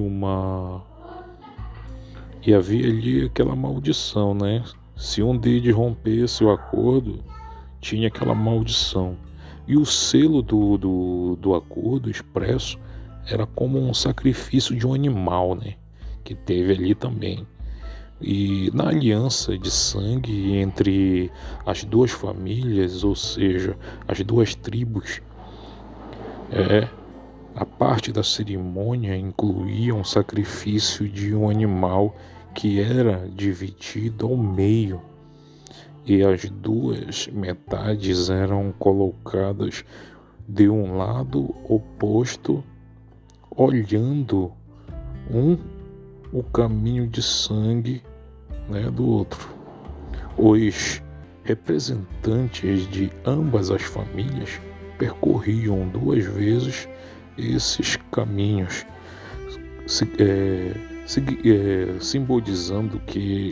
aquela maldição, né? Se um deles rompesse o acordo, tinha aquela maldição. E o selo do acordo expresso era como um sacrifício de um animal, né? Que teve ali também. E na aliança de sangue entre as duas famílias, ou seja, as duas tribos, a parte da cerimônia incluía um sacrifício de um animal que era dividido ao meio, e as duas metades eram colocadas de um lado oposto, olhando o caminho de sangue, né, do outro. Os representantes de ambas as famílias percorriam 2 vezes esses caminhos, simbolizando que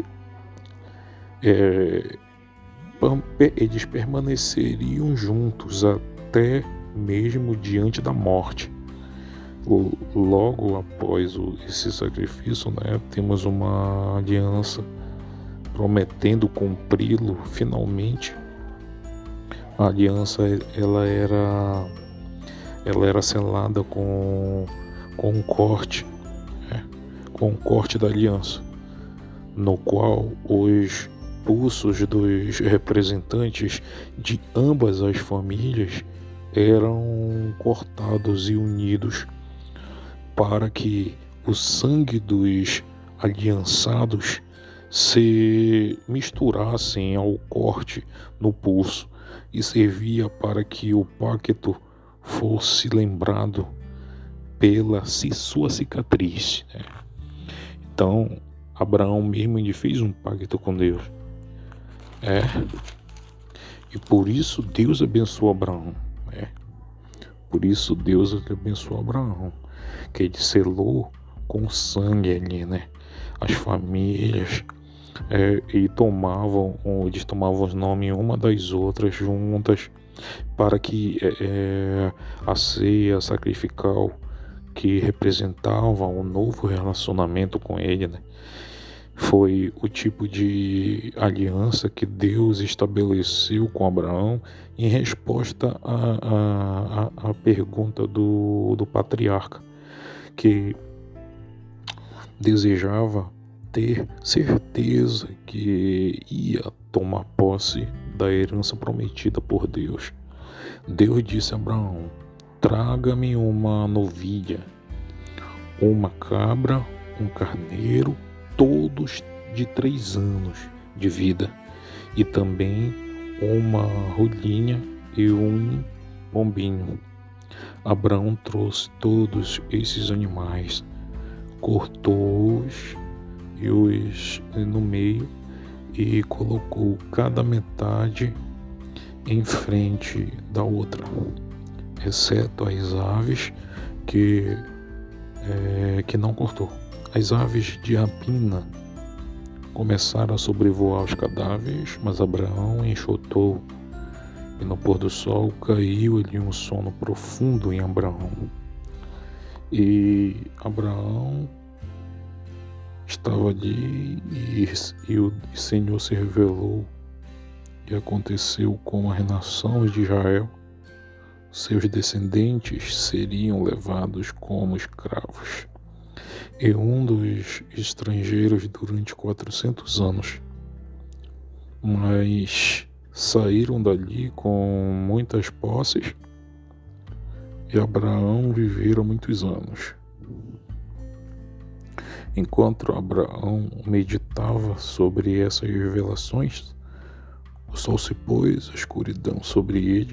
eles permaneceriam juntos até mesmo diante da morte. Logo após esse sacrifício, né, temos uma aliança prometendo cumpri-lo finalmente. A aliança ela era selada com um corte, né, com o corte da aliança, no qual os pulsos dos representantes de ambas as famílias eram cortados e unidos para que o sangue dos aliançados se misturassem ao corte no pulso e servia para que o pacto fosse lembrado pela sua cicatriz, né? Então, Abraão mesmo ele fez um pacto com Deus. E por isso Deus abençoou Abraão. Por isso Deus abençoou Abraão, que ele selou com sangue ali, né? As famílias eles tomavam os nomes uma das outras juntas para que a ceia sacrificial que representava um novo relacionamento com ele, né? Foi o tipo de aliança que Deus estabeleceu com Abraão em resposta à pergunta do patriarca, que desejava ter certeza que ia tomar posse da herança prometida por Deus. Deus disse a Abraão: traga-me uma novilha, uma cabra, um carneiro, todos de 3 anos de vida, e também uma rolinha e um pombinho. Abraão trouxe todos esses animais, cortou-os no meio e colocou cada metade em frente da outra, exceto as aves que não cortou. As aves de rapina começaram a sobrevoar os cadáveres, mas Abraão enxotou, e no pôr do sol caiu ali um sono profundo em Abraão. E Abraão estava ali e o Senhor se revelou, e aconteceu com a nação de Israel: seus descendentes seriam levados como escravos e um dos estrangeiros durante 400 anos, mas saíram dali com muitas posses, e Abraão vivera muitos anos. Enquanto Abraão meditava sobre essas revelações, o sol se pôs, a escuridão sobre ele,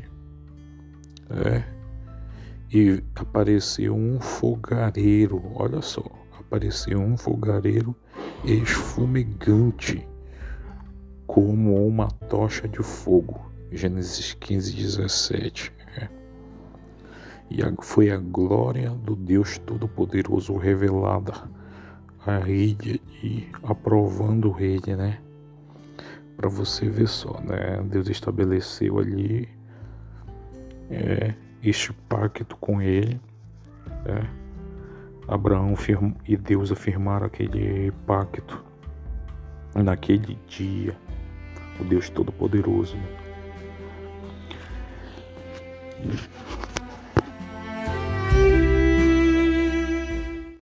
e apareceu um fogareiro. Olha só, apareceu um fogareiro esfumegante como uma tocha de fogo. Gênesis 15:17. E foi a glória do Deus Todo-Poderoso revelada a ele e aprovando ele, né? Para você ver só, né? Deus estabeleceu ali este pacto com ele, Abraão e Deus afirmaram aquele pacto naquele dia, o Deus Todo-Poderoso, né?